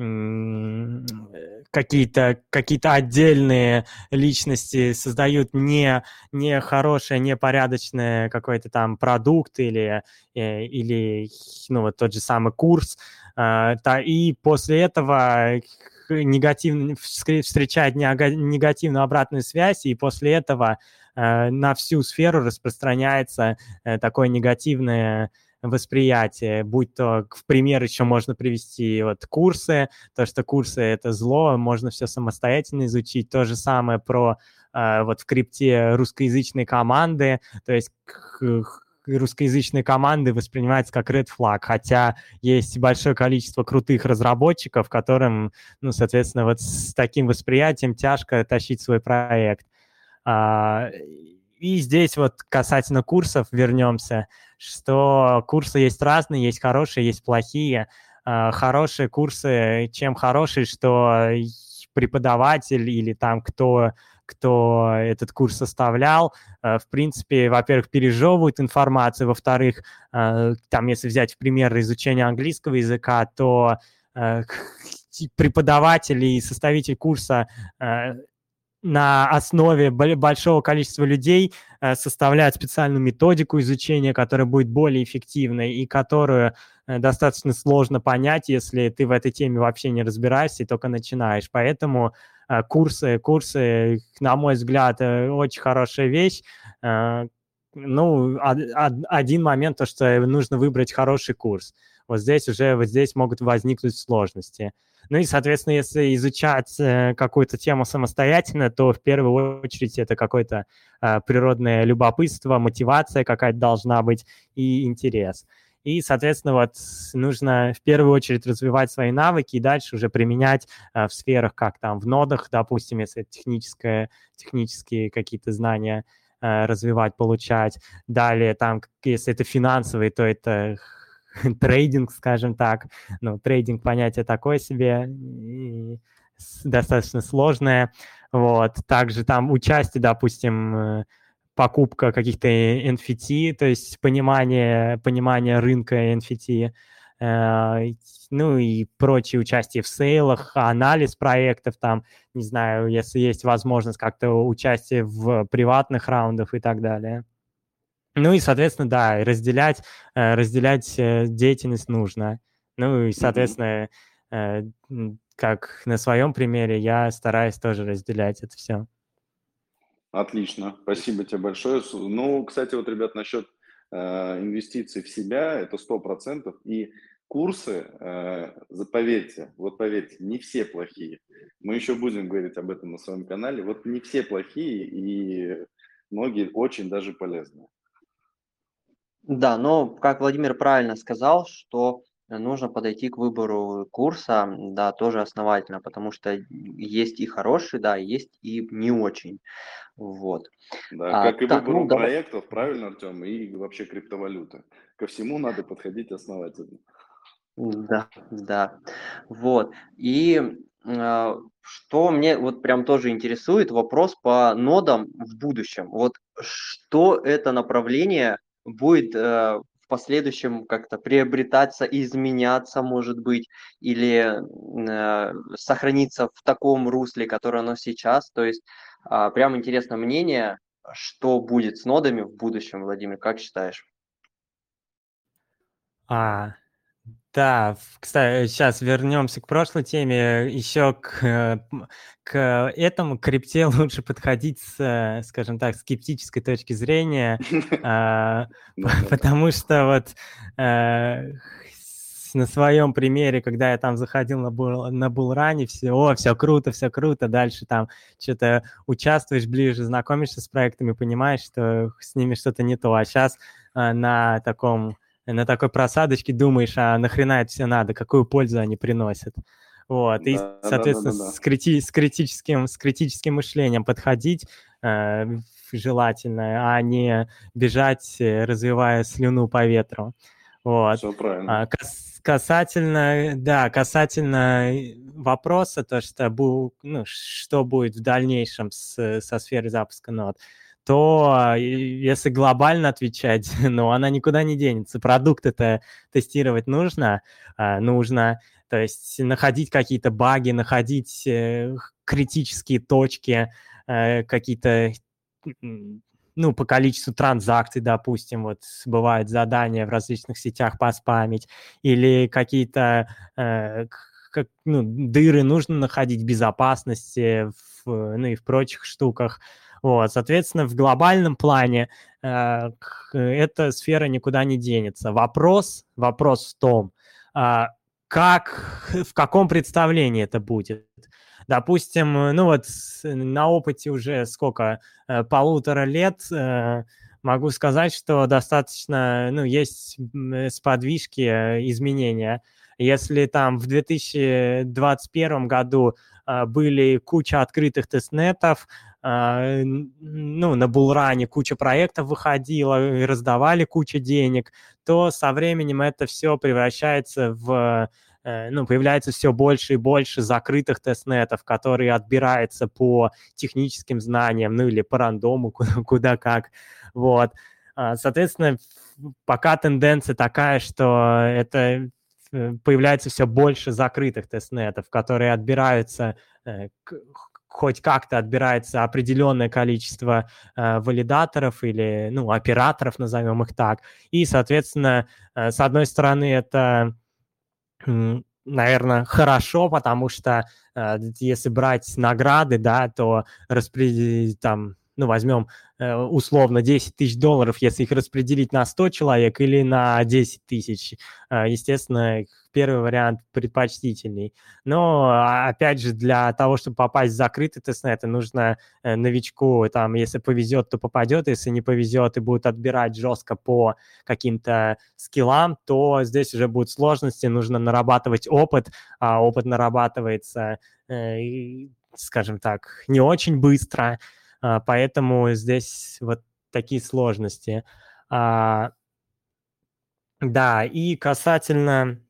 какие-то какие-то отдельные личности создают не, не хорошее, не порядочное какой-то там продукт или, или ну, вот тот же самый курс, и после этого негативно, встречает негативную обратную связь, и после этого на всю сферу распространяется такое негативное восприятие, будь то, в пример еще можно привести вот курсы, то, что курсы — это зло, можно все самостоятельно изучить, то же самое про вот в крипте русскоязычные команды, то есть русскоязычные команды воспринимаются как red flag, хотя есть большое количество крутых разработчиков, которым, ну, соответственно, вот с таким восприятием тяжко тащить свой проект. И здесь вот касательно курсов вернемся, что курсы есть разные, есть хорошие, есть плохие. Хорошие курсы, чем хорошие, что преподаватель или там кто, кто этот курс составлял, в принципе, во-первых, пережевывают информацию, во-вторых, там, если взять в пример изучение английского языка, то преподаватель и составитель курса на основе большого количества людей составляют специальную методику изучения, которая будет более эффективной и которую достаточно сложно понять, если ты в этой теме вообще не разбираешься и только начинаешь. Поэтому курсы, курсы, на мой взгляд, очень хорошая вещь. Ну, один момент, то, что нужно выбрать хороший курс. Вот здесь уже, вот здесь могут возникнуть сложности. Ну и, соответственно, если изучать какую-то тему самостоятельно, то в первую очередь это какое-то природное любопытство, мотивация какая-то должна быть и интерес. И, соответственно, вот нужно в первую очередь развивать свои навыки и дальше уже применять в сферах, как там в нодах, допустим, если это техническое, технические какие-то знания развивать, получать. Далее, там, если это финансовые, то это трейдинг, скажем так. Ну, трейдинг понятие такое себе, достаточно сложное. Вот. Также там участие, допустим, покупка каких-то эн эф ти, то есть понимание, понимание рынка эн эф ти, ну и прочие участие в сейлах, анализ проектов, там, не знаю, если есть возможность как-то участие в приватных раундах и так далее. Ну и, соответственно, да, разделять, разделять деятельность нужно. Ну и, соответственно, mm-hmm. как на своем примере, я стараюсь тоже разделять это все. Отлично, спасибо тебе большое. Ну, кстати, вот, ребят, насчет э, инвестиций в себя, это сто процентов. И курсы, э, поверьте, вот поверьте, не все плохие. Мы еще будем говорить об этом на своем канале. Вот не все плохие, и многие очень даже полезны. Да, но, как Владимир правильно сказал, что нужно подойти к выбору курса, да, тоже основательно, потому что есть и хорошие, да, есть и не очень, вот. Да, А, как и так, выбору ну, давай. проектов, правильно, Артем, и вообще криптовалюты. Ко всему надо подходить основательно. Да, да, вот. И э, что мне вот прям тоже интересует, вопрос по нодам в будущем. Вот что это направление будет э, в последующем как-то приобретаться, изменяться, может быть, или э, сохраниться в таком русле, которое оно сейчас. То есть э, прям интересно мнение, что будет с нодами в будущем, Владимир, как считаешь? А, да, кстати, сейчас вернемся к прошлой теме. Еще к, к этому крипте лучше подходить с, скажем так, скептической точки зрения, потому что вот на своем примере, когда я там заходил на, бул, на булране, все, о, все круто, все круто, дальше там что-то участвуешь ближе, знакомишься с проектами, понимаешь, что с ними что-то не то, а сейчас на таком на такой просадочке думаешь, а нахрена это все надо, какую пользу они приносят. Вот, и, да, соответственно, да, да, да. С, крити- с, критическим, с критическим мышлением подходить э, желательно, а не бежать, развивая слюну по ветру. Вот. Все правильно. А, кас- касательно, да, касательно вопроса, то, что, бу, ну, что будет в дальнейшем с, со сферой запуска нод, то если глобально отвечать, ну, она никуда не денется. Продукт это тестировать нужно, нужно, то есть находить какие-то баги, находить критические точки, какие-то, ну, по количеству транзакций, допустим, вот бывают задания в различных сетях поспамить, или какие-то как, ну, дыры нужно находить в безопасности, в, ну, и в прочих штуках. Вот, соответственно, в глобальном плане э, эта сфера никуда не денется. Вопрос, вопрос в том, э, как, в каком представлении это будет. Допустим, ну вот на опыте уже сколько, полутора лет могу сказать, что достаточно, ну, есть сподвижки, изменения. Если там в две тысячи двадцать первом году были куча открытых тестнетов, ну, на Bullrun куча проектов выходила и раздавали кучу денег, то со временем это все превращается в, ну, появляется все больше и больше закрытых тестнетов, которые отбираются по техническим знаниям, ну, или по рандому, куда, куда как. Вот. Соответственно, пока тенденция такая, что это появляется все больше закрытых тестнетов, которые отбираются, хоть как-то отбирается определенное количество э, валидаторов или, ну, операторов, назовем их так. И, соответственно, э, с одной стороны, это, э, наверное, хорошо, потому что э, если брать награды, да, то распределить там, ну, возьмем э, условно десять тысяч долларов, если их распределить на сто человек или на десять тысяч, э, естественно, первый вариант предпочтительней. Но, опять же, для того, чтобы попасть в закрытый тестнет, нужно э, новичку, там, если повезет, то попадет, если не повезет и будут отбирать жестко по каким-то скиллам, то здесь уже будут сложности, нужно нарабатывать опыт, а опыт нарабатывается, э, скажем так, не очень быстро, а, поэтому здесь вот такие сложности. А, да, и касательно...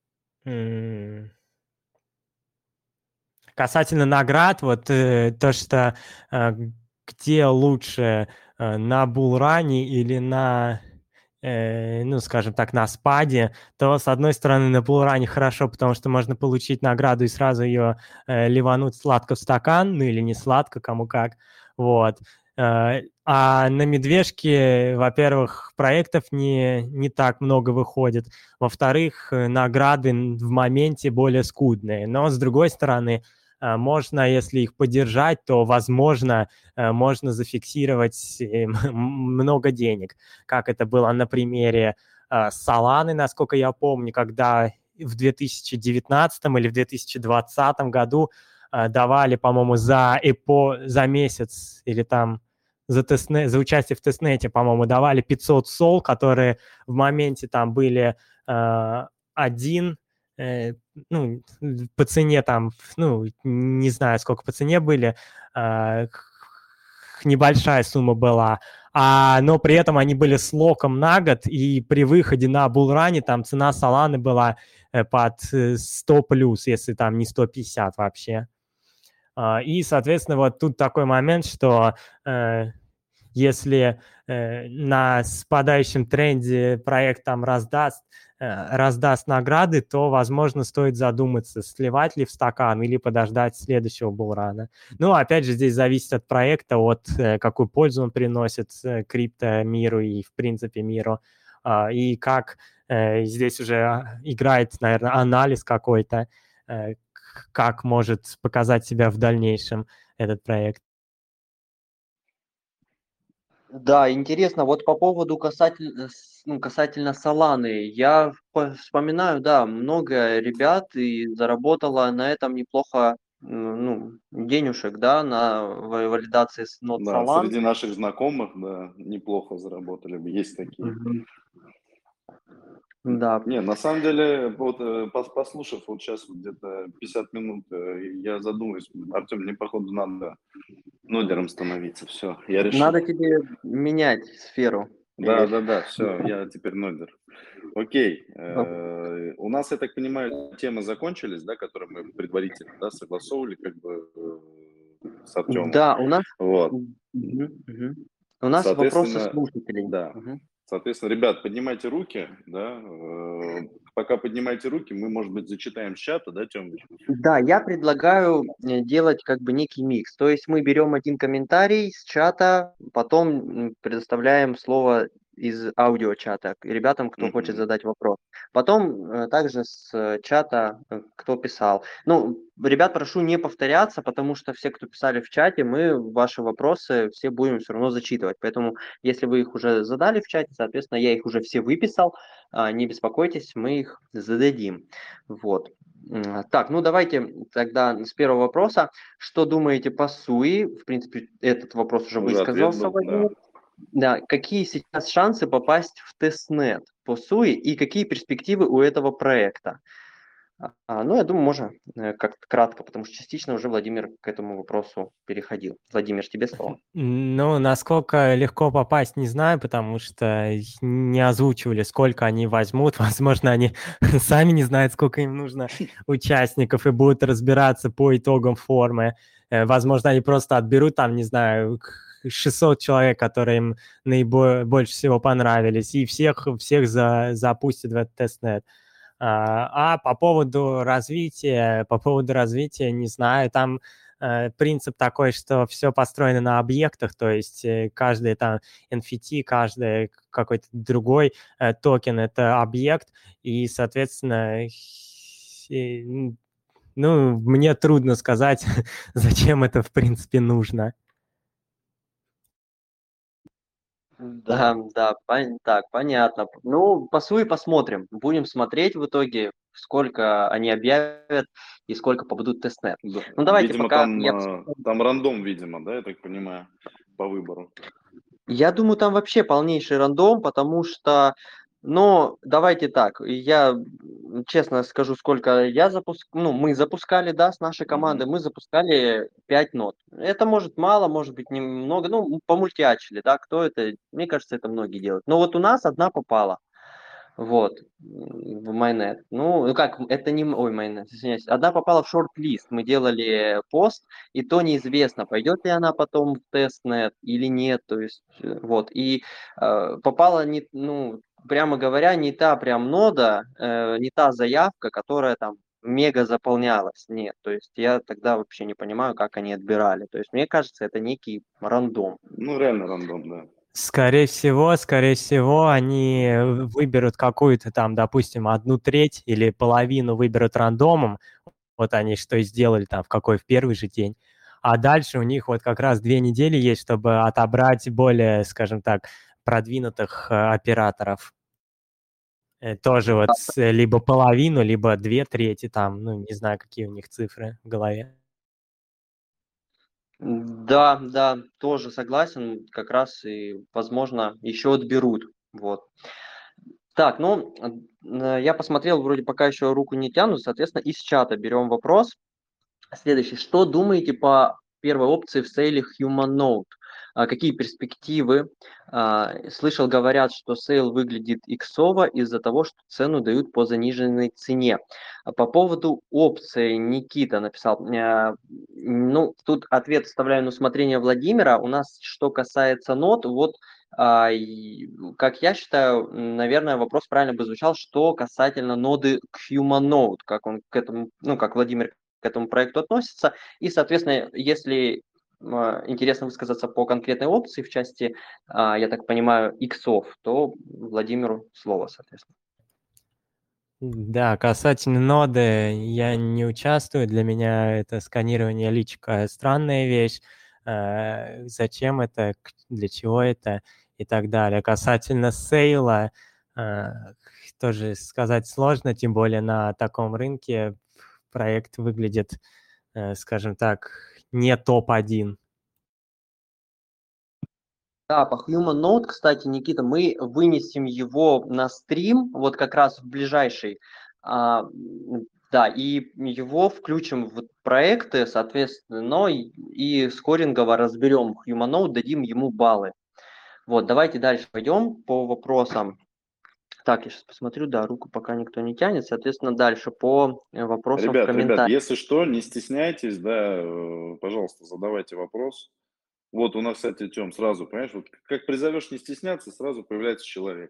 Касательно наград, вот э, то, что э, где лучше, э, на Булране или на, э, ну, скажем так, на спаде, то, с одной стороны, на Булране хорошо, потому что можно получить награду и сразу ее э, ливануть сладко в стакан, ну или не сладко, кому как, вот. Э, а на Медвежке, во-первых, проектов не, не так много выходит, во-вторых, награды в моменте более скудные, но, с другой стороны, можно, если их поддержать, то, возможно, можно зафиксировать много денег, как это было на примере Solana, насколько я помню, когда в две тысячи девятнадцатом или в две тысячи двадцатом году давали, по-моему, за эпо, за месяц или там за, тестне, за участие в тестнете, по-моему, давали пятьсот сол, которые в моменте там были один, ну, по цене там, ну, не знаю, сколько по цене были, э, небольшая сумма была, а, но при этом они были с локом на год, и при выходе на Булране там цена Solana была под сто плюс, если там не сто пятьдесят вообще. И, соответственно, вот тут такой момент, что э, если э, на спадающем тренде проект там раздаст, э, раздаст награды, то, возможно, стоит задуматься, сливать ли в стакан или подождать следующего булрана. Ну, опять же, здесь зависит от проекта, от э, какую пользу он приносит э, крипто миру и, в принципе, миру, э, и как э, здесь уже играет, наверное, анализ какой-то, э, как может показать себя в дальнейшем этот проект. Да, интересно, вот по поводу касательно, ну, касательно Соланы, я вспоминаю, да, много ребят и заработало на этом неплохо, ну, денежек, да, на валидации с нод Да, Solana. среди наших знакомых, да, неплохо заработали, есть такие. Мгм. Да. Не, на самом деле, вот послушав вот сейчас вот где-то пятьдесят минут, я задумаюсь, Артем, мне, походу, надо нодером становиться, все, я решил. Надо тебе менять сферу. Да, Или... да, да, все, я теперь нодер. Окей, у нас, я так понимаю, темы закончились, да, которые мы предварительно, да, согласовывали, как бы, с Артемом. Да, у нас... Вот. Угу, угу. У нас вопросы слушателей. Да. Угу. Соответственно, ребят, поднимайте руки, да, пока поднимайте руки, мы, может быть, зачитаем с чата, да, Тёмыч? Да, я предлагаю делать как бы некий микс, то есть мы берем один комментарий с чата, потом предоставляем слово из аудиочата ребятам, кто uh-huh. хочет задать вопрос. Потом э, также с чата, кто писал. Ну, ребят, прошу не повторяться, потому что все, кто писали в чате, мы ваши вопросы все будем все равно зачитывать. Поэтому, если вы их уже задали в чате, соответственно, я их уже все выписал, э, не беспокойтесь, мы их зададим. Вот. М, Так, ну давайте тогда с первого вопроса. Что думаете по суи? В принципе, этот вопрос уже Уже ответ высказался был, да. Владимир. Да, какие сейчас шансы попасть в тестнет по суи и какие перспективы у этого проекта? А, а, ну, я думаю, можно э, как-то кратко, потому что частично уже Владимир к этому вопросу переходил. Владимир, тебе слово. Ну, насколько легко попасть, не знаю, потому что не озвучивали, сколько они возьмут. Возможно, они сами не знают, сколько им нужно участников и будут разбираться по итогам формы. Э, Возможно, они просто отберут там, не знаю, к- шестьсот человек, которые им наибо- больше всего понравились, и всех, всех за, запустят в этот тестнет. А, а по поводу развития, по поводу развития, не знаю, там э, принцип такой, что все построено на объектах, то есть э, каждый там эн эф ти, каждый какой-то другой э, токен — это объект, и, соответственно, э, ну, мне трудно сказать, зачем это, в принципе, нужно. Да, да, пон- так, понятно. Ну, по суи посмотрим. Будем смотреть в итоге, сколько они объявят и сколько попадут в тестнет. Да. Ну, давайте Видимо, пока там, я а, там рандом, видимо, да, я так понимаю, по выбору. Я думаю, там вообще полнейший рандом, потому что, ну, давайте так, я м, честно скажу, сколько я запуск, ну, мы запускали, да, с нашей командой, Мгм. мы запускали пять нот. Это может мало, может быть немного, ну, помультячили, да, кто это, мне кажется, это многие делают. Но вот у нас одна попала. Вот, м, в майонет. Ну, ну как, это не... м- Ой, майонет, извиняюсь. Одна попала в шорт-лист. Мы делали пост, и то неизвестно, пойдет ли она потом в тестнет или нет. То есть, э, вот. И э, попала, не, ну, прямо говоря, не та прям нода, э, не та заявка, которая там мега заполнялась. Нет, то есть я тогда вообще не понимаю, как они отбирали. То есть мне кажется, это некий рандом. Ну, реально рандом, да. Скорее всего, скорее всего, они выберут какую-то там, допустим, одну треть или половину выберут рандомом. Вот они что и сделали там в какой, в первый же день. А дальше у них вот как раз две недели есть, чтобы отобрать более, скажем так, продвинутых э, операторов. Э, Тоже вот с- э, либо половину, либо две трети там, ну, не знаю, какие у них цифры в голове. Да, да, тоже согласен, как раз и, возможно, еще отберут. Вот. Так, ну, э, я посмотрел, вроде пока еще руку не тянут, соответственно, из чата берем вопрос. Следующий. Что думаете по первой опции в сейле Humanoid? А, Какие перспективы? А, Слышал, говорят, что сейл выглядит иксово из-за того, что цену дают по заниженной цене. А По поводу опции Никита написал. э, Ну, тут ответ оставляю на усмотрение Владимира. У нас, что касается нот, вот а, и, как я считаю, наверное, вопрос правильно бы звучал, что касательно ноды Humanoid, как он к этому, ну, как Владимир к этому проекту относится. И, соответственно, если а, интересно высказаться по конкретной опции в части, а, я так понимаю, иксов, то Владимиру слово, соответственно. Да, касательно ноды я не участвую. Для меня это сканирование личика странная вещь. Э, Зачем это, к- для чего это и так далее. Касательно сейла, э, тоже сказать сложно, тем более на таком рынке проект выглядит, э, скажем так, не топ один. Да, по Human Node, кстати, Никита, мы вынесем его на стрим, вот как раз в ближайший, а, м, да, и его включим в проекты, соответственно, но и, и скорингово разберем Human Node, дадим ему баллы. Вот, давайте дальше пойдем по вопросам. Так, я сейчас посмотрю, да, руку пока никто не тянет, соответственно, дальше по э, вопросам в Ребят, ребят, комментариях. если что, не стесняйтесь, да, э, пожалуйста, задавайте вопрос. Вот у нас, кстати, Тём, сразу, понимаешь, вот как призовешь не стесняться, сразу появляется человек.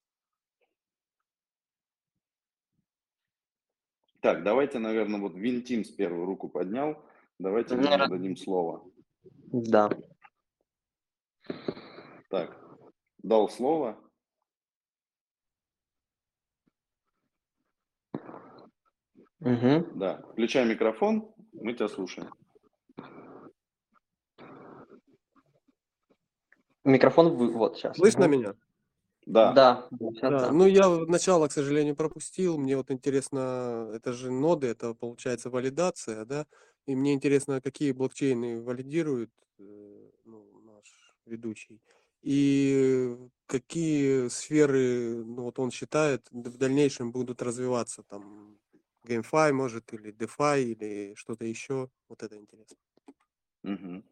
Так, давайте, наверное, вот Винтим с первую руку поднял. Давайте мы ему дадим слово. Да. Так, дал слово. Угу. Да, включай микрофон, мы тебя слушаем. Микрофон вы, вот сейчас. Слышно Угу. меня? Да. Да, да, сейчас Да, да. ну я в- начало, к сожалению, пропустил. Мне вот интересно, это же ноды, это получается валидация, да? И мне интересно, какие блокчейны валидирует э, ну, наш ведущий. И какие сферы, ну вот он считает, д- в дальнейшем будут развиваться, там, GameFi, может, или DeFi, или что-то еще. Вот это интересно. Мгм.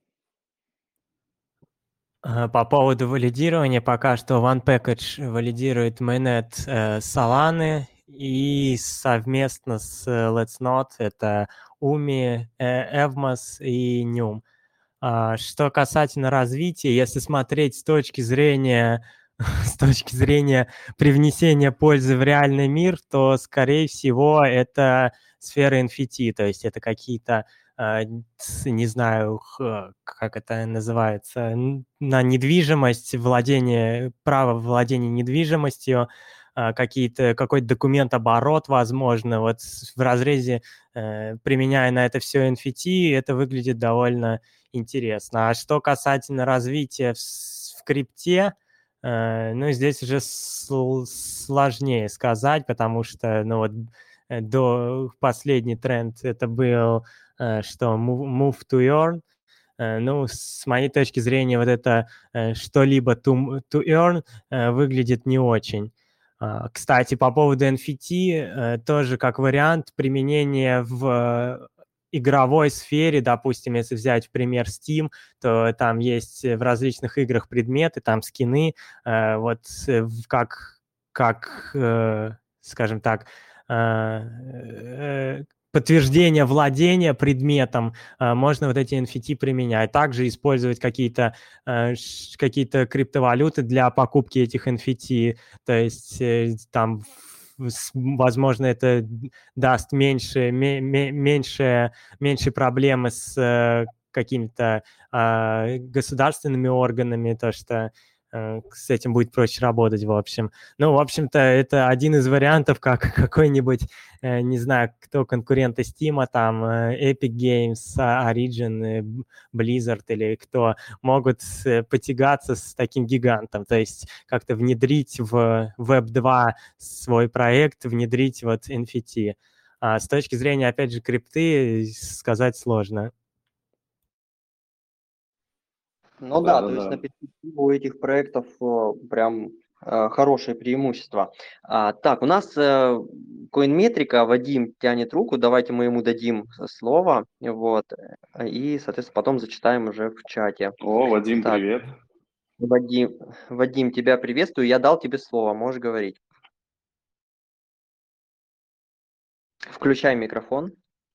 Э, По поводу валидирования, пока что OnePackage валидирует mainnet э, Solana и совместно с э, Let's Not это Umi, э, Evmos и Num. А, Что касательно развития, если смотреть с точки зрения с точки зрения привнесения пользы в реальный мир, то, скорее всего, это сфера эн эф ти, то есть это какие-то, а, с- не знаю, х- как это называется, н- на недвижимость, владение, право владения недвижимостью, а, какие-то, какой-то документ-оборот, возможно, вот с- в разрезе, э, применяя на это все эн эф ти, это выглядит довольно интересно. А что касательно развития в, с- в крипте, э, ну, здесь уже сл- сложнее сказать, потому что, ну, вот э, до последний тренд это был, э, что move, move to earn. Э, Ну, с моей точки зрения, вот это э, что-либо to, to earn э, выглядит не очень. А, Кстати, по поводу эн эф ти, э, тоже как вариант применения в игровой сфере, допустим, если взять в пример Steam, то там есть в различных играх предметы, там скины, э, вот э, в- как, как э, скажем так, э, э, подтверждение владения предметом, э, можно вот эти эн эф ти применять. Также использовать какие-то э, ш- какие-то криптовалюты для покупки этих эн эф ти, то есть э, там, в- с- возможно, это даст меньше, ме- ме- меньше меньше проблемы с э, какими-то а, государственными органами, то что э, с этим будет проще работать, в общем. Ну, в общем-то, это один из вариантов, как какой-нибудь, э, не знаю, кто конкуренты Steam, там, э, Epic Games, а, Origin, э, Б- Blizzard или кто могут э, потягаться с таким гигантом, то есть как-то внедрить в веб два свой проект, внедрить вот эн эф ти. А с точки зрения, опять же, крипты сказать сложно. Ну да, то есть на Да-да-да. перспективу у этих проектов э, прям э, хорошее преимущество. А, так, у нас э, Coinmetrica, Вадим тянет руку, давайте мы ему дадим слово, вот, э, и, соответственно, потом зачитаем уже в чате. О, Вадим, Так, привет. Вадим, Вадим, тебя приветствую, я дал тебе слово, можешь говорить. Включай микрофон.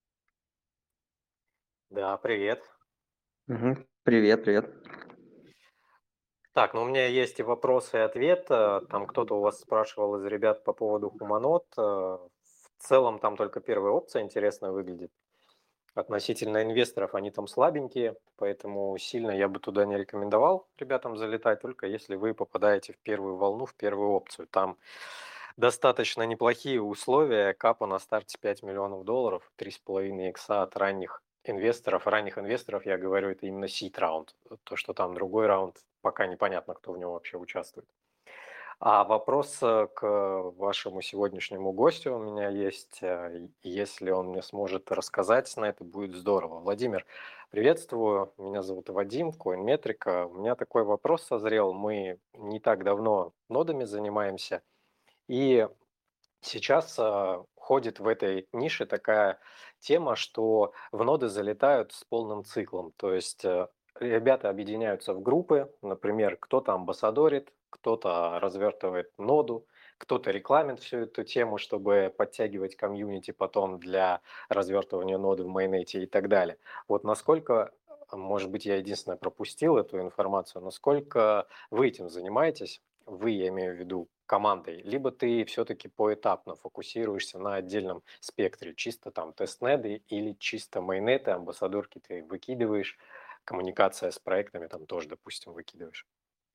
Да, привет. Мгм. Привет, привет. Так, ну у меня есть и вопрос, и ответ. Э, Там кто-то у вас спрашивал из ребят по поводу Хуманот. Э, В целом там только первая опция интересно выглядит. Относительно инвесторов они там слабенькие, поэтому сильно я бы туда не рекомендовал ребятам залетать, только если вы попадаете в первую волну, в первую опцию. Там достаточно неплохие условия, капа на старте пять миллионов долларов, три с половиной икса от ранних инвесторов. Ранних инвесторов, я говорю, это именно seed раунд. То, что там другой раунд, пока непонятно, кто в нем вообще участвует. А вопрос э, к вашему сегодняшнему гостю у меня есть. э, и Если он мне сможет рассказать на это, будет здорово. Владимир, приветствую. Меня зовут Вадим, Coinmetrica. У меня такой вопрос созрел. Мы не так давно нодами занимаемся. И сейчас э, ходит в этой нише такая тема, что в ноды залетают с полным циклом. То есть э, ребята объединяются в группы, например, кто-то амбассадорит, кто-то развертывает ноду, кто-то рекламит всю эту тему, чтобы подтягивать комьюнити потом для развертывания ноды в майонете и так далее. Вот насколько, может быть, я единственное пропустил эту информацию, насколько вы этим занимаетесь? Вы, я имею в виду, командой, либо ты все-таки поэтапно фокусируешься на отдельном спектре, чисто там тестнеты или чисто майонеты, амбассадорки ты выкидываешь, коммуникация с проектами там тоже, допустим, выкидываешь.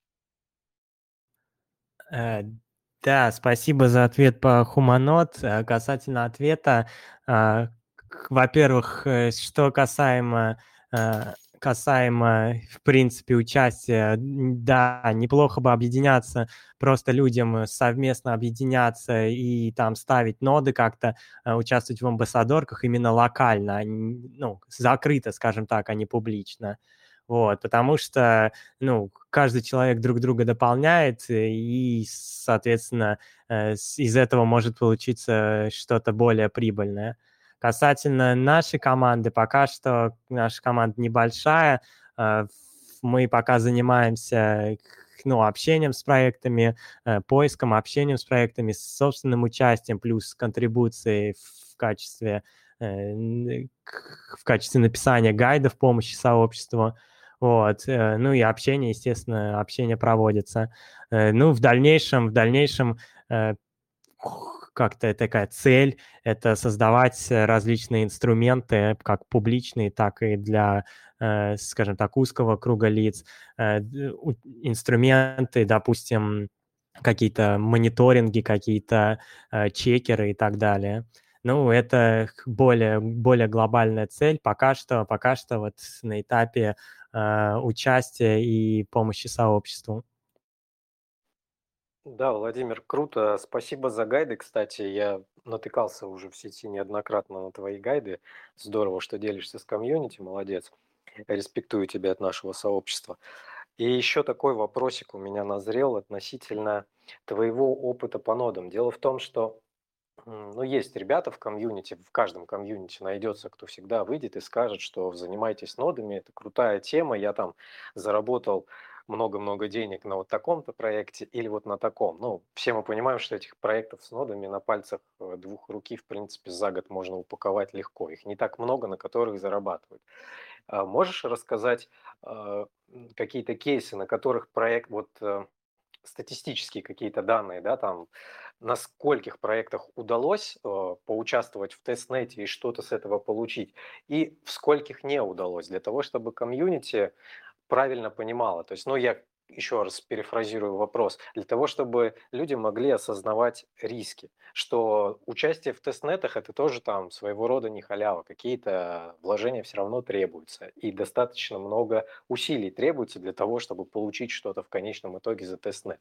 Э, Да, спасибо за ответ по Хуманот. Э, Касательно ответа, а, к- во-первых, э, что касаемо э, касаемо, в принципе, участия, да, неплохо бы объединяться, просто людям совместно объединяться и там ставить ноды как-то, участвовать в амбассадорках именно локально, ну, закрыто, скажем так, а не публично. Вот, потому что, ну, каждый человек друг друга дополняет, и, соответственно, из этого может получиться что-то более прибыльное. Касательно нашей команды, пока что наша команда небольшая, мы пока занимаемся, ну, общением с проектами, поиском, общением с проектами, с собственным участием, плюс контрибуцией в качестве, в качестве написания гайдов, помощи сообществу. Вот, ну и общение, естественно, общение проводится. Ну, в дальнейшем, в дальнейшем как-то такая цель – это создавать различные инструменты, как публичные, так и для, скажем так, узкого круга лиц. Инструменты, допустим, какие-то мониторинги, какие-то чекеры и так далее. Ну, это более, более глобальная цель. Пока что, пока что вот на этапе э, участия и помощи сообществу. Да, Владимир, круто. Спасибо за гайды. Кстати, я натыкался уже в сети неоднократно на твои гайды. Здорово, что делишься с комьюнити. Молодец. Респектую тебя от нашего сообщества. И еще такой вопросик у меня назрел относительно твоего опыта по нодам. Дело в том, что ну, есть ребята в комьюнити, в каждом комьюнити найдется, кто всегда выйдет и скажет, что занимайтесь нодами, это крутая тема, я там заработал много-много денег на вот таком-то проекте или вот на таком. Ну, все мы понимаем, что этих проектов с нодами на пальцах двух руки, в принципе, за год можно упаковать легко. Их не так много, на которых зарабатывают. Можешь рассказать какие-то кейсы, на которых проект, вот статистические какие-то данные, да, там, на скольких проектах удалось э, поучаствовать в тестнете и что-то с этого получить, и в скольких не удалось, для того, чтобы комьюнити правильно понимало. То есть, ну, я еще раз перефразирую вопрос, для того, чтобы люди могли осознавать риски, что участие в тестнетах – это тоже там своего рода не халява, какие-то вложения все равно требуются, и достаточно много усилий требуется для того, чтобы получить что-то в конечном итоге за тестнет.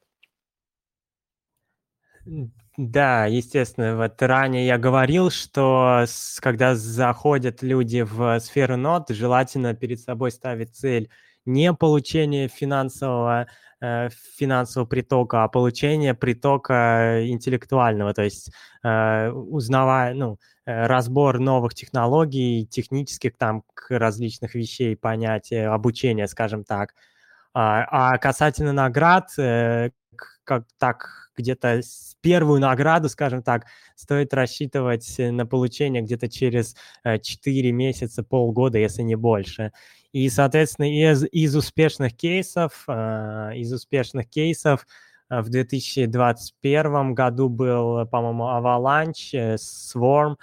Да, естественно, вот ранее я говорил, что с, когда заходят люди в сферу нод, желательно перед собой ставить цель не получение финансового, э, финансового притока, а получение притока интеллектуального, то есть э, узнавая, ну, разбор новых технологий, технических там различных вещей, понятий, обучения, скажем так. А, а касательно наград, э, как так где-то первую награду, скажем так, стоит рассчитывать на получение где-то через четыре месяца, полгода, если не больше. И, соответственно, из, из успешных кейсов, из успешных кейсов в две тысячи двадцать первом году был, по-моему, Avalanche, Swarm.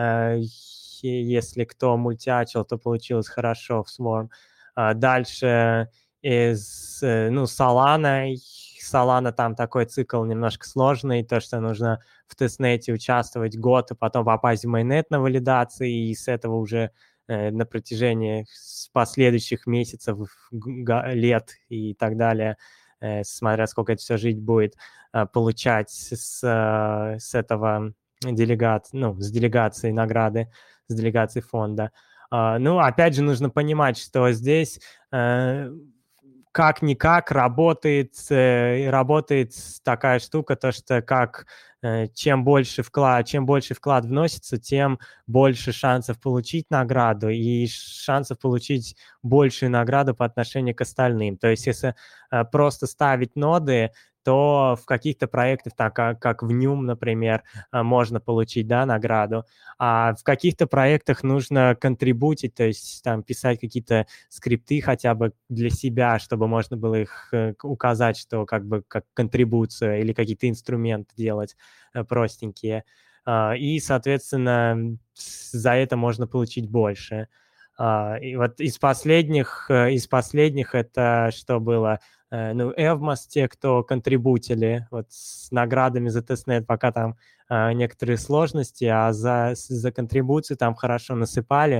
Если кто мультиачил, то получилось хорошо в Swarm. Дальше из, ну, Solana. Solana там такой цикл немножко сложный, то, что нужно в тестнете участвовать год, и потом попасть в майнет на валидации, и с этого уже э, на протяжении последующих месяцев, лет и так далее, э, смотря сколько это все жить будет, э, получать с, э, с этого делегат, ну, с делегацией награды, с делегацией фонда. Uh, ну, опять же, нужно понимать, что здесь uh, как-никак работает, uh, работает такая штука, то что как uh, чем больше вклад, чем больше вклад вносится, тем больше шансов получить награду и шансов получить большую награду по отношению к остальным. То есть, если uh, просто ставить ноды, то в каких-то проектах, так как, как в Нюм, например, можно получить, да, награду, а в каких-то проектах нужно контрибутить, то есть там писать какие-то скрипты хотя бы для себя, чтобы можно было их указать, что как бы как контрибуцию, или какие-то инструменты делать простенькие. И, соответственно, за это можно получить больше. И вот из последних, из последних это что было? Ну, Эвмос, те, кто контрибутили, вот с наградами за тестнет, пока там э, некоторые сложности, а за, за контрибуцию там хорошо насыпали.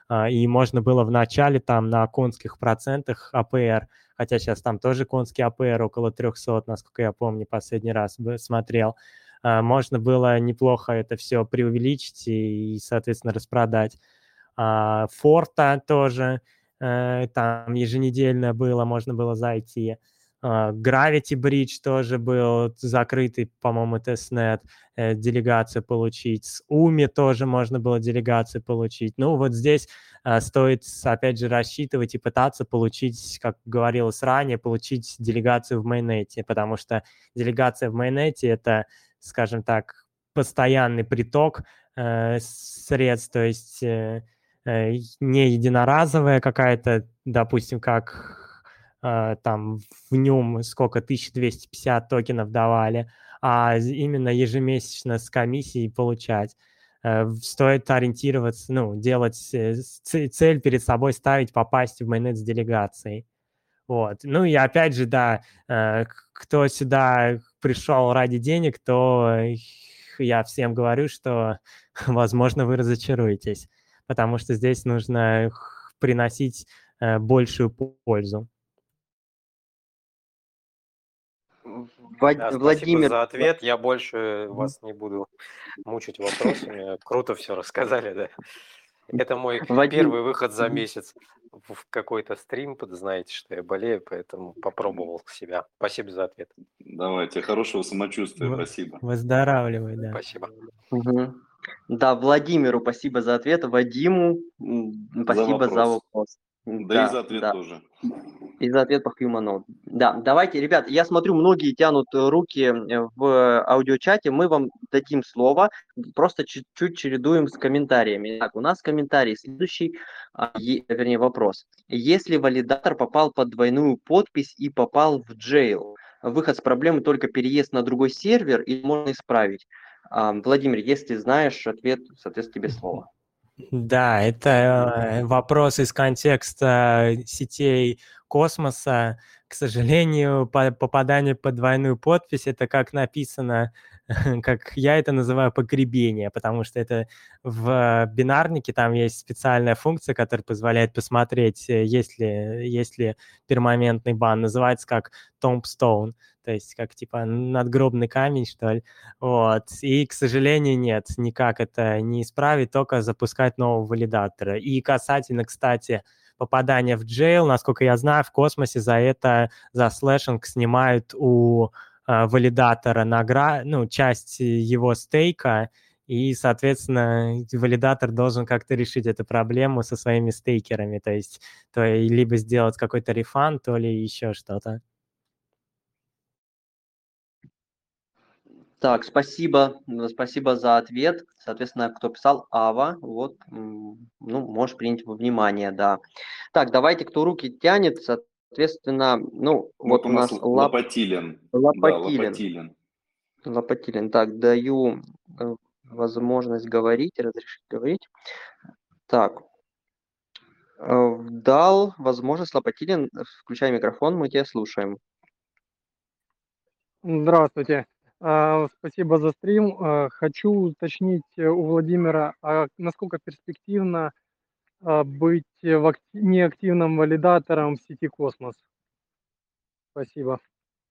и можно было в начале там на конских процентах эй пи эр, хотя сейчас там тоже конский эй пи эр около триста, насколько я помню, последний раз смотрел, можно было неплохо это все преувеличить и, соответственно, распродать. Форта тоже там еженедельно было, можно было зайти. Gravity Bridge тоже был закрытый, по-моему, тестнет, э, делегацию получить. С Уми тоже можно было делегацию получить. Ну, вот здесь э, стоит, опять же, рассчитывать и пытаться получить, как говорилось ранее, получить делегацию в майонете, потому что делегация в майонете – это, скажем так, постоянный приток э, средств, то есть э, э, не единоразовая какая-то, допустим, как... там в нем сколько, тысяча двести пятьдесят токенов давали, а именно ежемесячно с комиссией получать. Стоит ориентироваться, ну, делать цель перед собой ставить, попасть в майонет с делегацией. Вот. Ну и опять же, да, кто сюда пришел ради денег, то я всем говорю, что, возможно, вы разочаруетесь, потому что здесь нужно приносить большую пользу. Да, спасибо за ответ. Я больше вас не буду мучить вопросами. Круто все рассказали, да. Это мой Вадим. Первый выход за месяц в какой-то стрим. Знаете, что я болею, поэтому попробовал себя. Спасибо за ответ. Давайте, хорошего самочувствия, спасибо. Выздоравливай, да. Спасибо. Угу. Да, Владимиру спасибо за ответ, Вадиму спасибо за вопрос. За вопрос. Да, да и за ответ да. тоже. И за ответ по Humanode. Да, давайте, ребят, я смотрю, многие тянут руки в аудиочате, мы вам дадим слово, просто чуть-чуть чередуем с комментариями. Так, у нас комментарий следующий, вернее вопрос. Если валидатор попал под двойную подпись и попал в джейл, выход с проблемы только переезд на другой сервер или можно исправить? Владимир, если знаешь ответ, соответственно, тебе слово. Да, это вопрос из контекста сетей космоса. К сожалению, попадание под двойную подпись – это, как написано, как я это называю, погребение, потому что это в бинарнике, там есть специальная функция, которая позволяет посмотреть, есть ли, есть ли перманентный бан, называется как tombstone, то есть как типа надгробный камень, что ли. Вот. И, к сожалению, нет, никак это не исправить, только запускать нового валидатора. И касательно, кстати, попадания в джейл, насколько я знаю, в космосе за это, за слэшинг снимают у э, валидатора награ... ну, часть его стейка, и, соответственно, валидатор должен как-то решить эту проблему со своими стейкерами, то есть то либо сделать какой-то рефанд, то ли еще что-то. Так, спасибо, спасибо за ответ. Соответственно, кто писал, Ава, вот, ну, можешь принять во внимание, да. Так, давайте, кто руки тянет, соответственно, ну, вот, вот у нас Лап... Лопатилин. Лопатилин. Да, Лопатилин. Лопатилин. Так, даю возможность говорить, разрешить говорить. Так, дал возможность Лопатилин, включай микрофон, мы тебя слушаем. Здравствуйте. Спасибо за стрим. Хочу уточнить у Владимира, а насколько перспективно быть неактивным валидатором в сети Космос? Спасибо.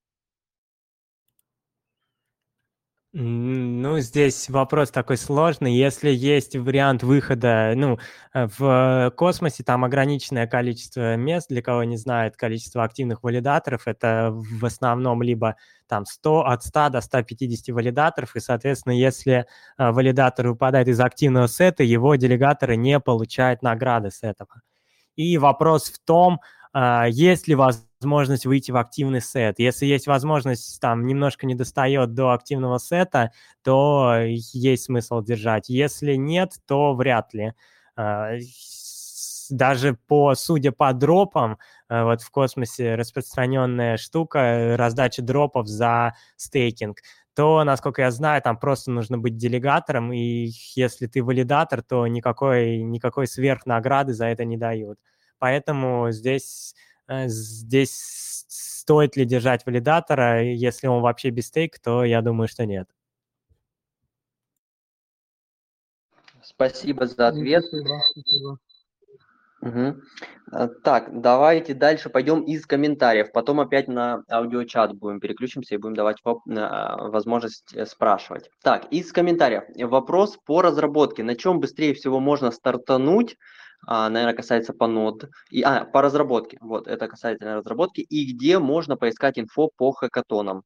Ну, здесь вопрос такой сложный. Если есть вариант выхода, ну, в космосе там ограниченное количество мест, для кого не знает, количество активных валидаторов, это в основном либо там сто, от ста до ста пятидесяти валидаторов, и, соответственно, если валидатор выпадает из активного сета, его делегаторы не получают награды с этого. И вопрос в том, есть ли возможность выйти в активный сет. Если есть возможность, там, немножко не достает до активного сета, то есть смысл держать. Если нет, то вряд ли. Даже по, судя по дропам, вот в космосе распространенная штука, раздача дропов за стейкинг, то, насколько я знаю, там просто нужно быть делегатором, и если ты валидатор, то никакой, никакой сверхнаграды за это не дают. Поэтому здесь, здесь стоит ли держать валидатора, если он вообще без стейка, то я думаю, что нет. Спасибо за ответ. Спасибо. Спасибо. Мгм. Э, Так, давайте дальше пойдем из комментариев. Потом опять на аудиочат будем переключимся и будем давать воп- на- возможность э, спрашивать. Так, из комментариев. Вопрос по разработке. На чем быстрее всего можно стартануть? А, наверное, касается по нод. И, а, по разработке. Вот, это касательно разработки. И где можно поискать инфо по хакатонам?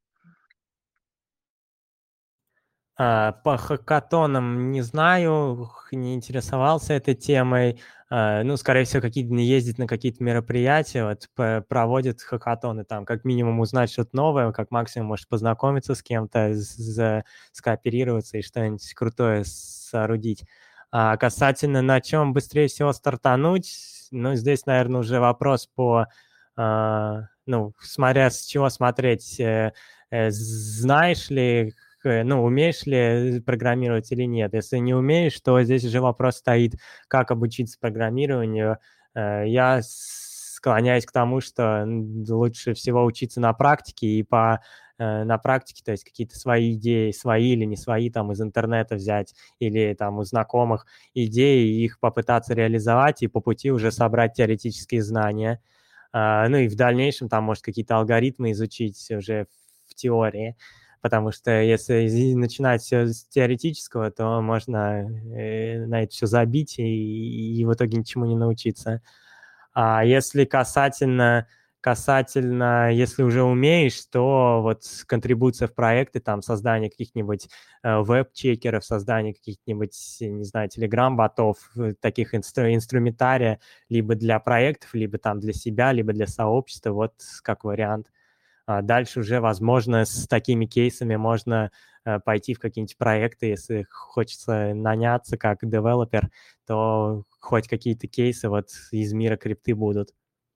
А, По хакатонам не знаю, х- не интересовался этой темой. А, Ну, скорее всего, какие-то ездить на какие-то мероприятия, вот, п- проводят хакатоны, там, как минимум узнать что-то новое, как максимум, может, познакомиться с кем-то, с- за- скооперироваться и что-нибудь крутое соорудить. А касательно на чем быстрее всего стартануть, ну, здесь, наверное, уже вопрос по, а, ну, смотря с чего смотреть, э, э, знаешь ли, э, ну, умеешь ли программировать или нет. Если не умеешь, то здесь уже вопрос стоит, как обучиться программированию. Э, Я склоняюсь к тому, что м, лучше всего учиться на практике и по э, на практике, то есть какие-то свои идеи, свои или не свои, там из интернета взять или там у знакомых идеи, и их попытаться реализовать и по пути уже собрать теоретические знания. А, Ну и в дальнейшем там, может, какие-то алгоритмы изучить уже в теории. Потому что если зи- начинать все с теоретического, то можно э, на это все забить и, и в итоге ничему не научиться. А если касательно, касательно, если уже умеешь, то вот контрибуция в проекты, там создание каких-нибудь э, веб-чекеров, создание каких-нибудь, не знаю, телеграм-ботов, э, таких инстру- инструментария, либо для проектов, либо там для себя, либо для сообщества, вот как вариант. А дальше уже, возможно, с такими кейсами можно э, пойти в какие-нибудь проекты, если хочется наняться как девелопер, то хоть какие-то кейсы вот из мира крипты будут.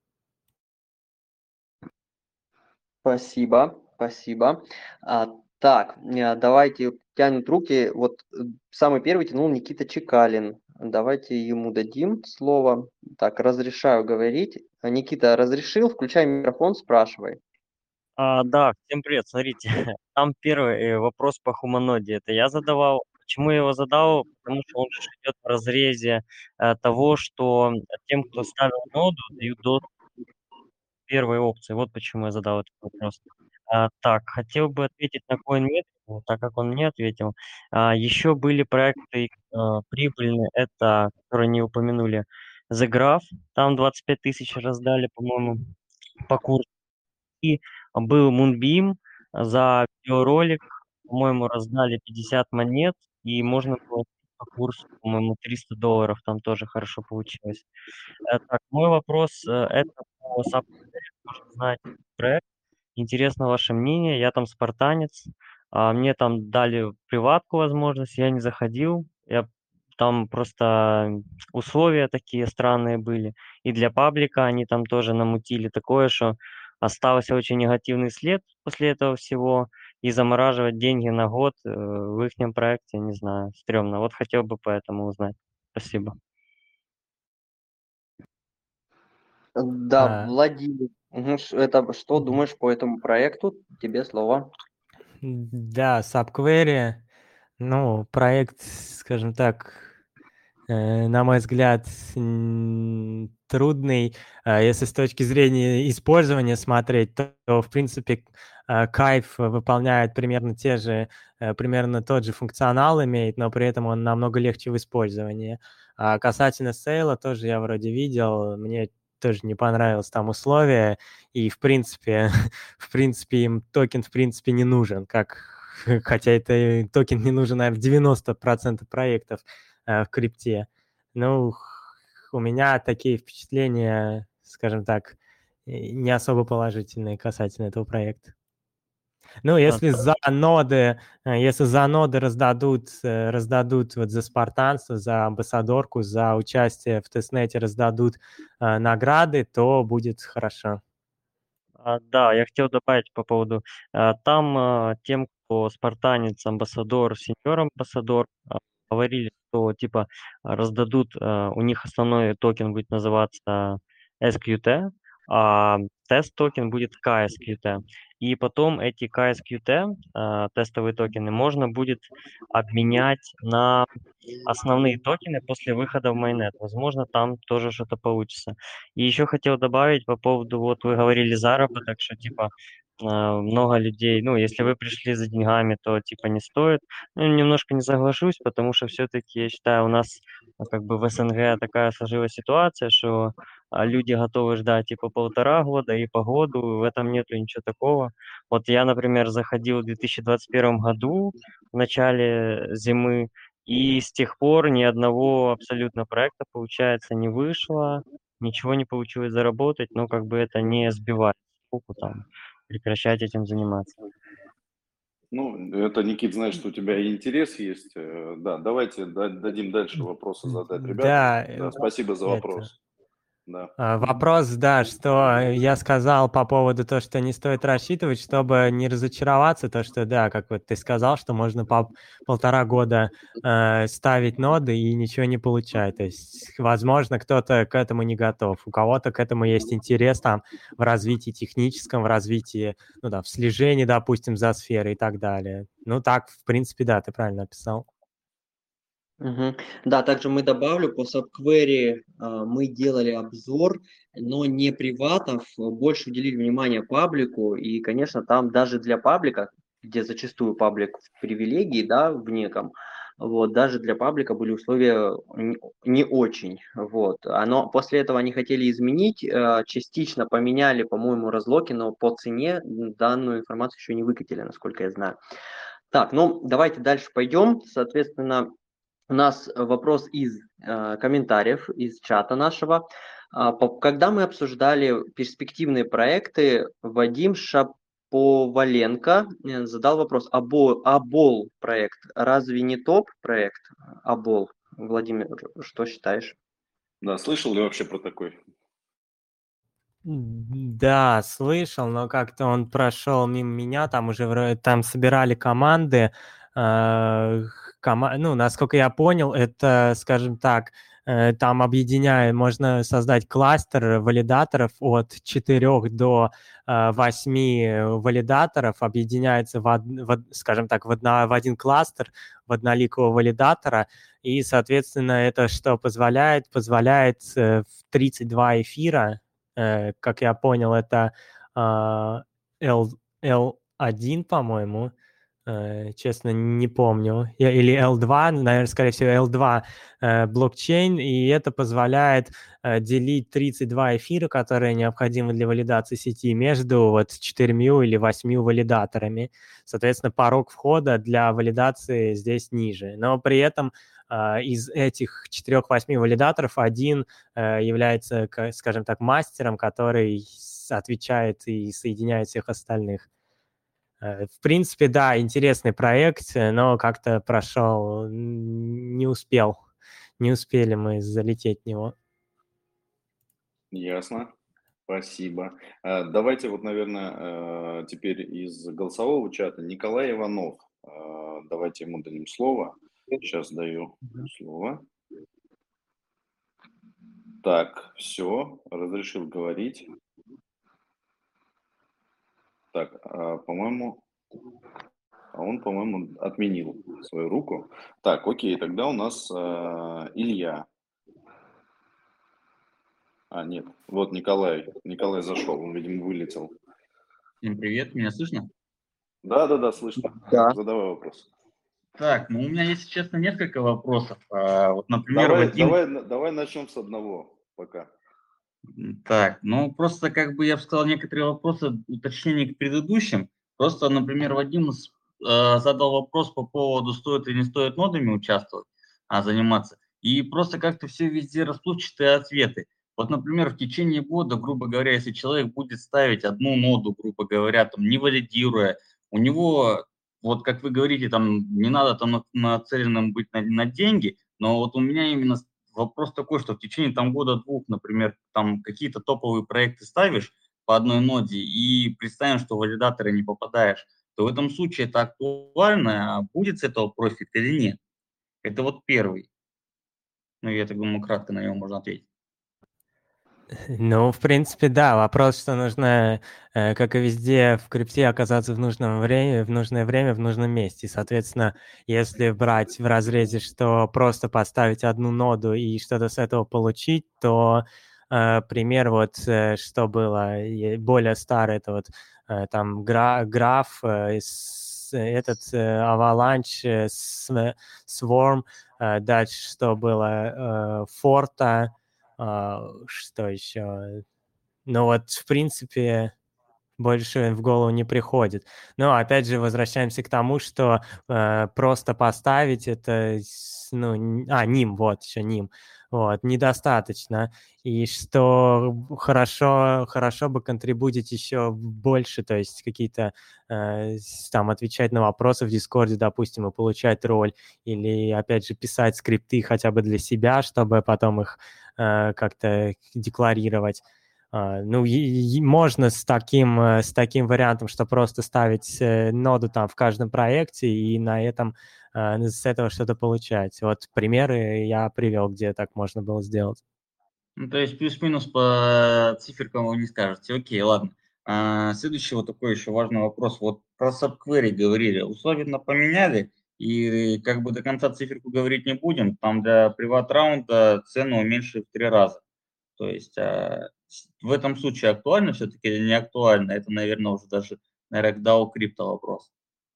Спасибо, спасибо. А, так, э, давайте тянут руки. Вот э, самый первый тянул Никита Чекалин. Давайте ему дадим слово. Так, разрешаю говорить. А, Никита, разрешил? Включай микрофон, спрашивай. А, да, всем привет. Смотрите, там первый э, вопрос по хуманоде. Это я задавал. Почему я его задал? Потому что он же идет в разрезе э, того, что тем, кто ставил ноду, дают доступ к первой опции. Вот почему я задал этот вопрос. А, так, хотел бы ответить на CoinMetrics, так как он мне ответил. А, еще были проекты э, прибыльные, это, которые не упомянули, The Graph, там двадцать пять тысяч раздали, по-моему, по курсу. И был Moonbeam, за видеоролик, по-моему, раздали пятьдесят монет, и можно было по курсу, по-моему, триста долларов, там тоже хорошо получилось. Э, так, мой вопрос, э, это по Subquery, может, знаете проект. Интересно ваше мнение. Я там спартанец, а, мне там дали приватку возможность, я не заходил. Я там просто условия такие странные были. И для паблика они там тоже намутили такое, что остался очень негативный след после этого всего. И замораживать деньги на год э, в ихнем проекте, не знаю, стрёмно. Вот хотел бы поэтому узнать. Спасибо. Да, А, Владимир, мгм, ш- это что думаешь по этому проекту? Тебе слово. Да, Subquery, ну, проект, скажем так, э, на мой взгляд, м, трудный. А Если с точки зрения использования смотреть, то, то, в принципе, э, кайф выполняет примерно те же, э, примерно тот же функционал имеет, но при этом он намного легче в использовании. А касательно сейла тоже я вроде видел, мне тоже не понравилось там условия, и в принципе, в принципе им токен в принципе не нужен, как хотя это и токен не нужен, наверное, девяносто процентов проектов э, в крипте. Ну, у меня такие впечатления, скажем так, э, не особо положительные касательно этого проекта. Ну, А, если за ноды, э, если за ноды раздадут, э, раздадут вот за спартанство, за амбассадорку, за участие в тестнете раздадут э, награды, то будет хорошо. А, да, я хотел добавить по поводу, а, там, а, тем, кто спартанец, амбассадор, сеньор амбассадор, а, говорили, что типа раздадут, а, у них основной токен будет называться эс кью ти, а тест-токен будет кей эс кью ти. И потом эти кей эс кью ти, а, тестовые токены, можно будет обменять на основные токены после выхода в майнет. Возможно, там тоже что-то получится. И еще хотел добавить по поводу, вот вы говорили заработок, что типа а, много людей, ну, если вы пришли за деньгами, то типа не стоит. Ну, немножко не соглашусь, потому что все-таки, я считаю, у нас а, как бы в СНГ такая сложилась ситуация, что а, люди готовы ждать типа полтора года и по году, в этом нету ничего такого. Вот я, например, заходил в две тысячи двадцать первом году, в начале зимы, и с тех пор ни одного абсолютно проекта, получается, не вышло, ничего не получилось заработать, но как бы это не сбивает скуку там, прекращать этим заниматься. Ну, это, Никит, знаешь, что у тебя и интерес есть. Э, Да, давайте да- дадим дальше вопросы задать ребятам. Да, Да, спасибо за это... вопрос. Да. А, Вопрос, да, что я сказал по поводу того, что не стоит рассчитывать, чтобы не разочароваться, то, что, да, как вот ты сказал, что можно по полтора года э, ставить ноды и ничего не получать. То есть, возможно, кто-то к этому не готов, у кого-то к этому есть интерес там в развитии техническом, в развитии, ну да, в слежении, допустим, за сферой и так далее. Ну так, в принципе, да, ты правильно описал. Мгм. Да, также мы добавлю, по subquery а, мы делали обзор, но не приватов, а больше уделили внимание паблику, и, конечно, там даже для паблика, где зачастую паблик в привилегии, да, в неком, вот, даже для паблика были условия не, не очень, вот. Оно, после этого они хотели изменить, а, частично поменяли, по-моему, разлоки, но по цене данную информацию еще не выкатили, насколько я знаю. Так, ну, давайте дальше пойдем, соответственно, у нас вопрос из э, комментариев, из чата нашего. А, по- Когда мы обсуждали перспективные проекты, Вадим Шаповаленко э, задал вопрос: Або, Абол проект разве не топ проект? Абол. Владимир, что считаешь? Да, слышал ли вообще про такой? Да, слышал, но как-то он прошел мимо меня, там уже вро- там собирали команды, э, кома- ну, насколько я понял, это, скажем так, э, там объединяя, можно создать кластер валидаторов от четырёх до э, восьми валидаторов, объединяется в, од- в од- скажем так, в, одна- в один кластер, в одноликого валидатора, и, соответственно, это что позволяет? Позволяет э, в тридцать два эфира, Э, как я понял, это а, L, эл один, по-моему. Э, честно, не помню. Я- Или эл два, наверное, скорее всего, эл два э, блокчейн, и это позволяет э, делить тридцать два эфира, которые необходимы для валидации сети, между вот четырьмя или восьмью валидаторами. Соответственно, порог входа для валидации здесь ниже. Но при этом а, из этих четырёх-восьми валидаторов один э, является, ка- скажем так, мастером, который с- отвечает и соединяет всех остальных. Э, В принципе, да, интересный проект, э, но как-то прошел, н- не успел, не успели мы залететь в него. Ясно. Спасибо. А, Давайте вот, наверное, э, теперь из голосового чата Николай Иванов. А, Давайте ему дадим слово. Сейчас даю слово. Так, все, разрешил говорить. Так, а, по-моему, а он, по-моему, отменил свою руку. Так, окей, тогда у нас а, Илья. А, нет, вот Николай. Николай зашел, он, видимо, вылетел. Всем привет, меня слышно? Да, да, да, слышно. Да. Задавай вопрос. Так, ну у меня, если честно, несколько вопросов. А, вот, например, Давай, Вадим... давай, давай начнем с одного пока. Так, ну просто как бы я бы сказал некоторые вопросы, уточнения к предыдущим. Просто, например, Вадим с- э, задал вопрос по поводу, стоит или не стоит нодами участвовать, а заниматься. И просто как-то все везде расплывчатые ответы. Вот, например, в течение года, грубо говоря, если человек будет ставить одну ноду, грубо говоря, там, не валидируя, у него, вот как вы говорите, там не надо там на- нацеленным быть на, на деньги, но вот у меня именно вопрос такой, что в течение там года-двух, например, там какие-то топовые проекты ставишь по одной ноде и представим, что в валидаторы не попадаешь, то в этом случае это актуально, а будет с этого профит или нет? Это вот первый. Ну, я так думаю, кратко на него можно ответить. Ну, в принципе, да. Вопрос, что нужно, э, как и везде в крипте, оказаться в нужном время, в нужное время, в нужном месте. И, соответственно, если брать в разрезе, что просто поставить одну ноду и что-то с этого получить, то э, пример вот, э, что было, и более старый, это вот э, там гра- граф, э, с- этот э, Avalanche, э, с- Swarm, э, дальше что было, э, Форта, а, что еще? Ну вот, в принципе, больше в голову не приходит. Но опять же возвращаемся к тому, что э, просто поставить это, с- ну, н- а, ним, вот еще ним, вот, недостаточно. И что хорошо, хорошо бы контрибутить еще больше, то есть какие-то э, с- там отвечать на вопросы в Дискорде, допустим, и получать роль, или опять же писать скрипты хотя бы для себя, чтобы потом их э, как-то декларировать. А, ну, и, и можно с таким, э, с таким вариантом, что просто ставить э, ноду там в каждом проекте и на этом э, с этого что-то получать. Вот примеры я привел, где так можно было сделать. Ну, то есть плюс-минус по циферкам вы не скажете. Окей, ладно. А, следующий вот такой еще важный вопрос. Вот про subquery говорили. Условно поменяли, и как бы до конца циферку говорить не будем. Там для приват-раунда цену уменьшили в три раза. То есть а, с- в этом случае актуально все-таки или не актуально? Это, наверное, уже даже, наверное, к дао крипто вопрос.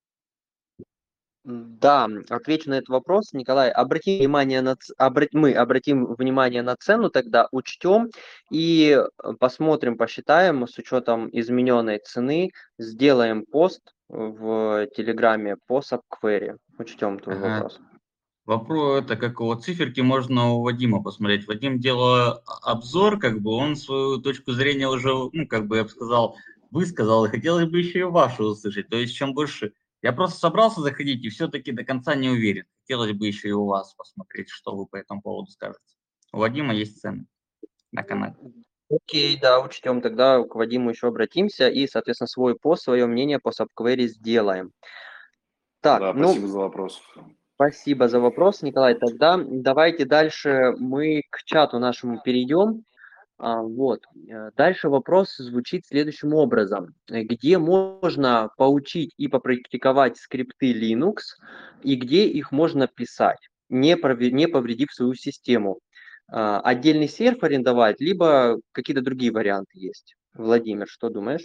М, Да, отвечу на этот вопрос, Николай. Обратим внимание на, ц- обра- мы обратим внимание на цену, тогда учтем и э, посмотрим, посчитаем с учетом измененной цены, сделаем пост в Телеграме по subquery. Учтем твой Ага. вопрос. Вопрос, это как его циферки можно у Вадима посмотреть. Вадим делал обзор, как бы он свою точку зрения уже, ну, как бы я бы сказал, высказал, и хотелось бы еще и вашу услышать. То есть чем больше... Я просто собрался заходить и все-таки до конца не уверен. Хотелось бы еще и у вас посмотреть, что вы по этому поводу скажете. У Вадима есть цены на канале. Окей, да, учтем. Тогда к Вадиму еще обратимся и, соответственно, свой пост, свое мнение по subquery сделаем. Так, Да, ну, спасибо за вопрос. спасибо за вопрос, Николай. Тогда давайте дальше мы к чату нашему перейдем. А, Вот. Э, Дальше вопрос звучит следующим образом. Э, Где можно поучить и попрактиковать скрипты Linux, и где их можно писать, не, прове- не повредив свою систему? А, Отдельный серф арендовать, либо какие-то другие варианты есть? Владимир, что думаешь?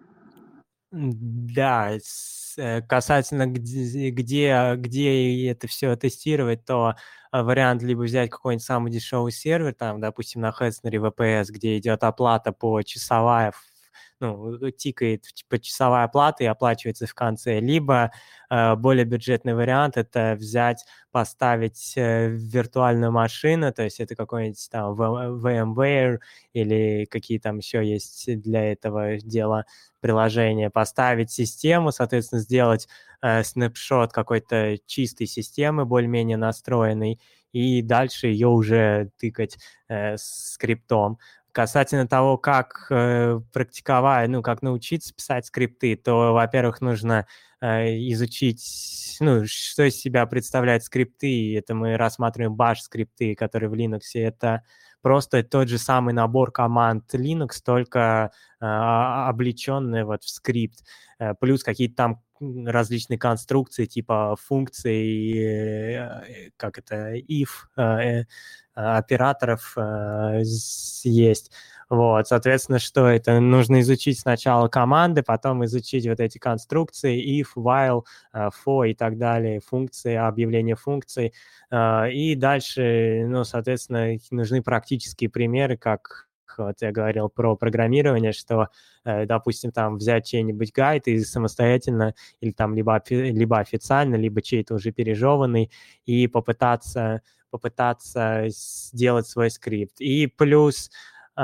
М, Да, с- э, касательно где, где, где это все тестировать, то а, вариант либо взять какой-нибудь самый дешевый сервер, там, допустим, на Хеснере ви пи эс, где идет оплата по часовая, ф- ну, э, тикает типа часовая оплата и оплачивается в конце, либо э, более бюджетный вариант – это взять, поставить э, виртуальную машину, то есть это какой-нибудь там V- VMware или какие там еще есть для этого дела приложение, поставить систему, соответственно, сделать э, снапшот какой-то чистой системы, более-менее настроенной, и дальше ее уже тыкать э, скриптом. Касательно того, как э, практиковать, ну, как научиться писать скрипты, то, во-первых, нужно э, изучить, ну, что из себя представляют скрипты, и это мы рассматриваем баш-скрипты, которые в Linux, это просто тот же самый набор команд Linux, только а, облеченные вот в скрипт, э, плюс какие-то там м, различные конструкции типа функций, э, как это, if, э, э, операторов э, с- есть. Вот, соответственно, что это? Нужно изучить сначала команды, потом изучить вот эти конструкции, if, while, э, for и так далее, функции, объявление функций. Э, И дальше, ну, соответственно, нужны практические примеры, как вот я говорил про программирование, что, э, допустим, там взять чей-нибудь гайд и самостоятельно, или там либо, офи- либо официально, либо чей-то уже пережеванный, и попытаться, попытаться сделать свой скрипт. И плюс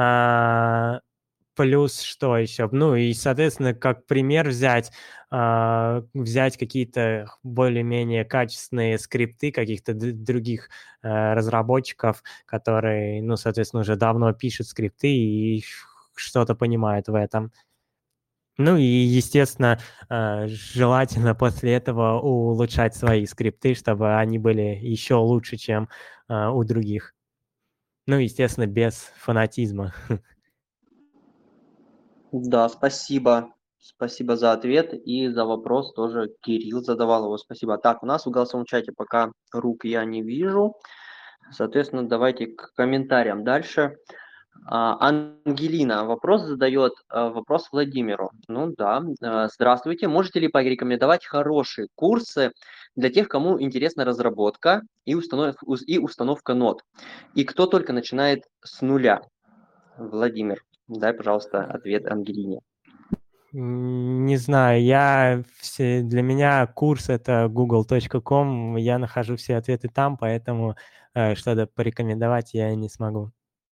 а, Плюс что еще? Ну и, соответственно, как пример взять, а, взять какие-то более-менее качественные скрипты каких-то д- других э, разработчиков, которые, ну, соответственно, уже давно пишут скрипты и что-то понимают в этом. Ну и, естественно, э, желательно после этого улучшать свои скрипты, чтобы они были еще лучше, чем э, у других. Ну, естественно, без фанатизма. Да, спасибо. Спасибо за ответ и за вопрос тоже Кирилл задавал его. Спасибо. Так, у нас в голосовом чате пока рук я не вижу. Соответственно, давайте к комментариям дальше. А, Ангелина вопрос задает, а, вопрос Владимиру. Ну да, а, здравствуйте. Можете ли порекомендовать хорошие курсы для тех, кому интересна разработка и установка, и установка нод? И кто только начинает с нуля? Владимир, дай, пожалуйста, ответ Ангелине. М, Не знаю, я все, для меня курс это google точка com, я нахожу все ответы там, поэтому э, что-то порекомендовать я не смогу.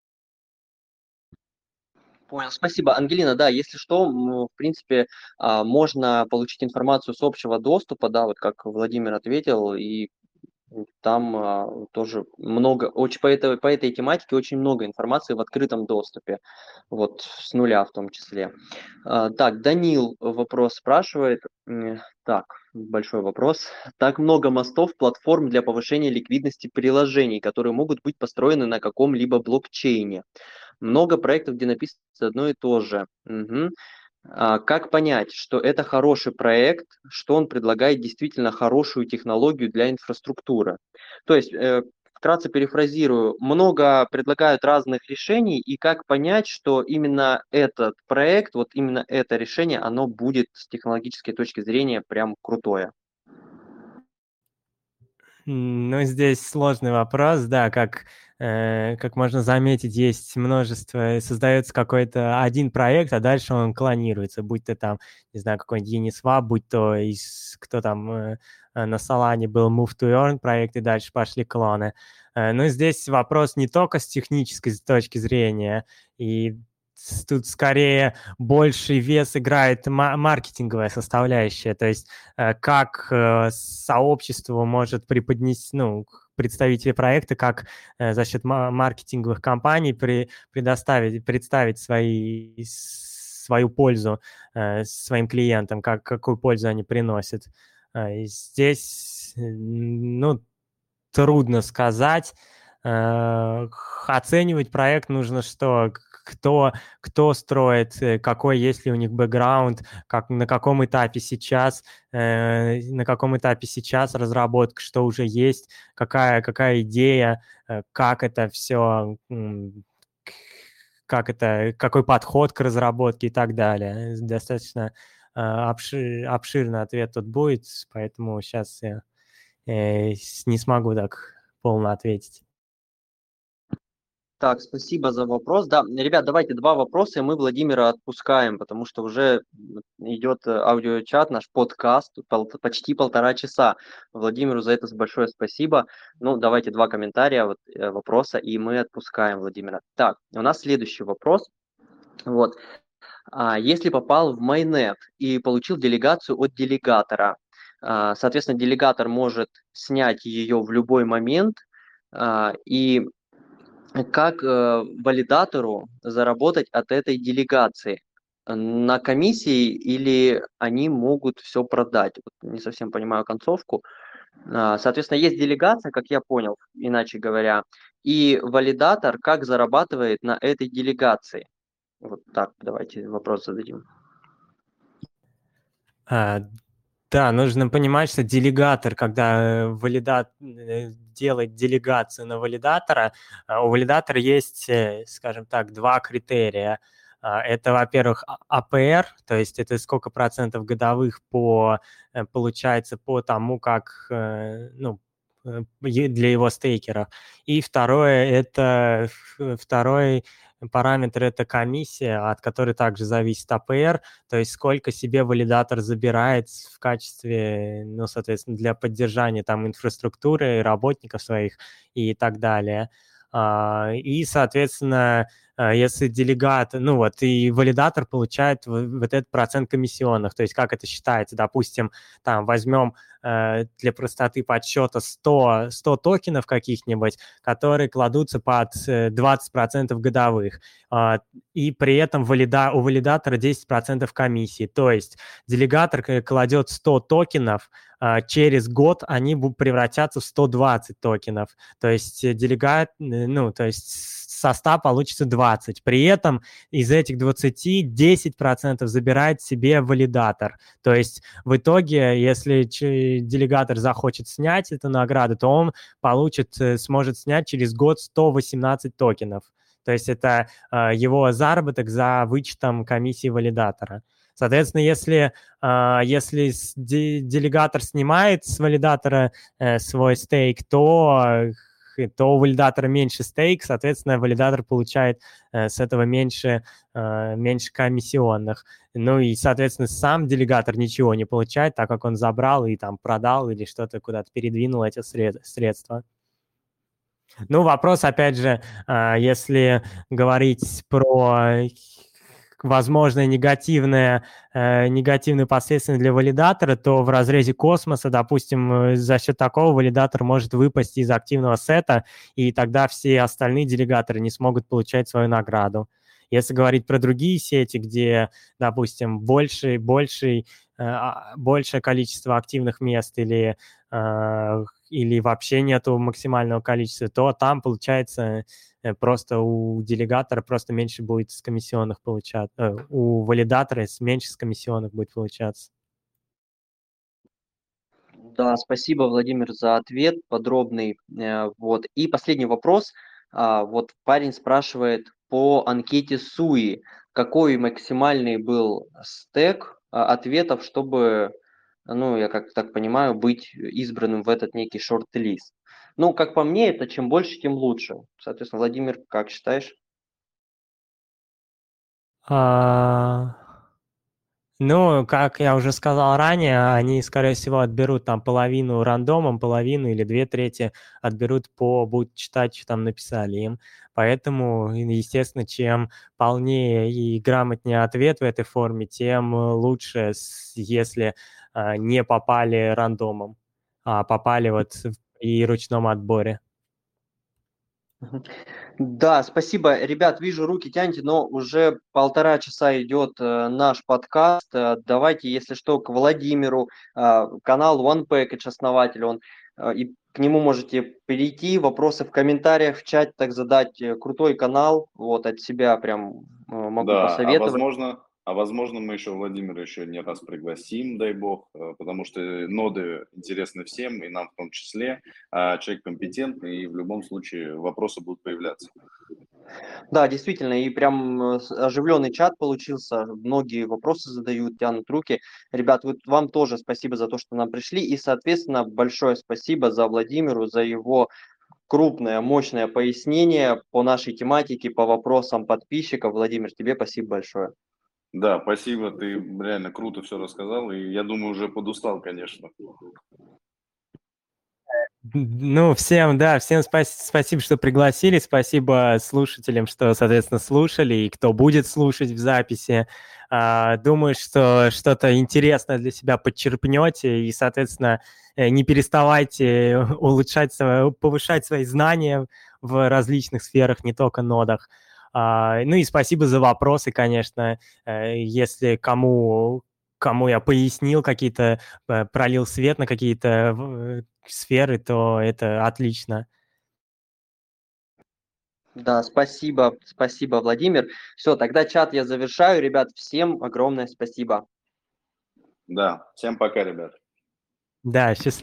Понял, спасибо. Ангелина, да, если что, м, в принципе, а, можно получить информацию с общего доступа, да, вот как Владимир ответил, и там а, тоже много, очень по этой, по этой тематике очень много информации в открытом доступе, вот с нуля в том числе. А, так, Данил вопрос спрашивает. М, Так, большой вопрос. Так много мостов, платформ для повышения ликвидности приложений, которые могут быть построены на каком-либо блокчейне. Много проектов, где написано одно и то же. Мгм. А, как понять, что это хороший проект, что он предлагает действительно хорошую технологию для инфраструктуры? То есть, э, вкратце перефразирую, много предлагают разных решений, и как понять, что именно этот проект, вот именно это решение, оно будет с технологической точки зрения прям крутое? М, Ну, здесь сложный вопрос, да, как, э, как можно заметить, есть множество, создается какой-то один проект, а дальше он клонируется, будь то там, не знаю, какой-нибудь Uniswap, будь то из, кто там э, э, на Solana был Move to Earn проект, и дальше пошли клоны. Э, Но здесь вопрос не только с технической точки зрения, и с- тут скорее больший вес играет ма- маркетинговая составляющая, то есть э, как э, сообщество может преподнести, ну, представители проекта, как э, за счет ма- маркетинговых компаний при, предоставить, представить свои, свою пользу э, своим клиентам, как, какую пользу они приносят. Э, и здесь, э, ну, трудно сказать. Э, Оценивать проект нужно что? К- Кто, кто строит, э, какой есть ли у них бэкграунд, как, на каком этапе сейчас, э, на каком этапе сейчас разработка, что уже есть, какая, какая идея, э, как это все, как это, какой подход к разработке и так далее. Достаточно э, обшир- обширный ответ тут будет, поэтому сейчас я э, с- не смогу так полно ответить. Так, спасибо за вопрос. Да, ребят, давайте два вопроса, и мы Владимира отпускаем, потому что уже м, идет э, аудиочат, наш подкаст, пол- почти полтора часа. Владимиру за это большое спасибо. Ну, давайте два комментария, вот, э, вопроса, и мы отпускаем Владимира. Так, у нас следующий вопрос. Вот. А, если попал в майнет и получил делегацию от делегатора, а, соответственно, делегатор может снять ее в любой момент, а, и как, э, валидатору заработать от этой делегации? На комиссии или они могут все продать? Вот не совсем понимаю концовку. А, соответственно, есть делегация, как я понял, иначе говоря, и валидатор как зарабатывает на этой делегации? Вот так давайте вопрос зададим. А, да, нужно понимать, что делегатор, когда э, валидат э, делает делегацию на валидатора, а, у валидатора есть, э, скажем так, два критерия. А, Это, во-первых, а- АПР, то есть это сколько процентов годовых по, э, получается по тому, как, э, ну, э, е- для его стейкеров. И второе, это ф- второй параметр, это комиссия, от которой также зависит АПР, то есть сколько себе валидатор забирает в качестве, ну, соответственно, для поддержания там инфраструктуры, работников своих и так далее. А, И, соответственно, а, если делегат, ну вот, и валидатор получает в- вот этот процент комиссионных, то есть как это считается, допустим, там возьмем э, для простоты подсчета сто, сто токенов каких-нибудь, которые кладутся под э, двадцать процентов годовых. А, и при этом валида, у валидатора десять процентов комиссии. То есть делегатор к- кладет сто токенов, а, через год они бу- превратятся в сто двадцать токенов. То есть э, делегат, э, ну, то есть со ста получится двадцать. При этом из этих двадцати десять процентов забирает себе валидатор. То есть в итоге, если делегатор захочет снять эту награду, то он получит, сможет снять через год сто восемнадцать токенов. То есть это э, его заработок за вычетом комиссии валидатора. Соответственно, если, э, если де- делегатор снимает с валидатора э, свой стейк, то, то у валидатора меньше стейк, соответственно, валидатор получает э, с этого меньше, э, меньше комиссионных. Ну и, соответственно, сам делегатор ничего не получает, так как он забрал и там продал или что-то куда-то передвинул эти средства. Ну, вопрос, опять же, если говорить про возможное негативное, негативные последствия для валидатора, то в разрезе космоса, допустим, за счет такого валидатор может выпасть из активного сета, и тогда все остальные делегаторы не смогут получать свою награду. Если говорить про другие сети, где, допустим, больше, больше, большее количество активных мест или или вообще нету максимального количества, то там, получается, просто у делегатора просто меньше будет с комиссионных получаться, у валидатора меньше с комиссионных будет получаться. Да, спасибо, Владимир, за ответ подробный. Вот. И последний вопрос. Вот парень спрашивает по анкете Суи, какой максимальный был стек ответов, чтобы, ну, я как так понимаю, быть избранным в этот некий шорт-лист. Ну, как по мне, это чем больше, тем лучше. Соответственно, Владимир, как считаешь? А... Ну, как я уже сказал ранее, они, скорее всего, отберут там половину рандомом, половину или две трети отберут по, будут читать, что там написали им. Поэтому, естественно, чем полнее и грамотнее ответ в этой форме, тем лучше, если а, не попали рандомом, а попали вот при ручном отборе. Да, спасибо. Ребят, вижу, руки тянете, но уже полтора часа идет э, наш подкаст. Э, давайте, если что, к Владимиру, э, канал One Package, основатель, он, э, и к нему можете перейти, вопросы в комментариях, в чате так задать. Крутой канал, вот, от себя прям э, могу да, посоветовать. А возможно, а возможно мы еще Владимира еще не раз пригласим, дай бог, потому что ноды интересны всем, и нам в том числе. А человек компетентный, и в любом случае вопросы будут появляться. Да, действительно, и прям оживленный чат получился, многие вопросы задают, тянут руки. Ребят, вот вам тоже спасибо за то, что нам пришли, и, соответственно, большое спасибо за Владимиру, за его крупное, мощное пояснение по нашей тематике, по вопросам подписчиков. Владимир, тебе спасибо большое. Да, спасибо, ты реально круто все рассказал, и я думаю, уже подустал, конечно. Ну, всем, да, всем спа- спасибо, что пригласили, спасибо слушателям, что, соответственно, слушали, и кто будет слушать в записи. А, думаю, что что-то интересное для себя подчерпнете, и, соответственно, не переставайте улучшать, повышать свои знания в различных сферах, не только нодах. А, ну и спасибо за вопросы, конечно, если кому... кому я пояснил какие-то, пролил свет на какие-то сферы, то это отлично. Да, спасибо, спасибо, Владимир. Все, тогда чат я завершаю. Ребят, всем огромное спасибо. Да, всем пока, ребят. Да, счастливо.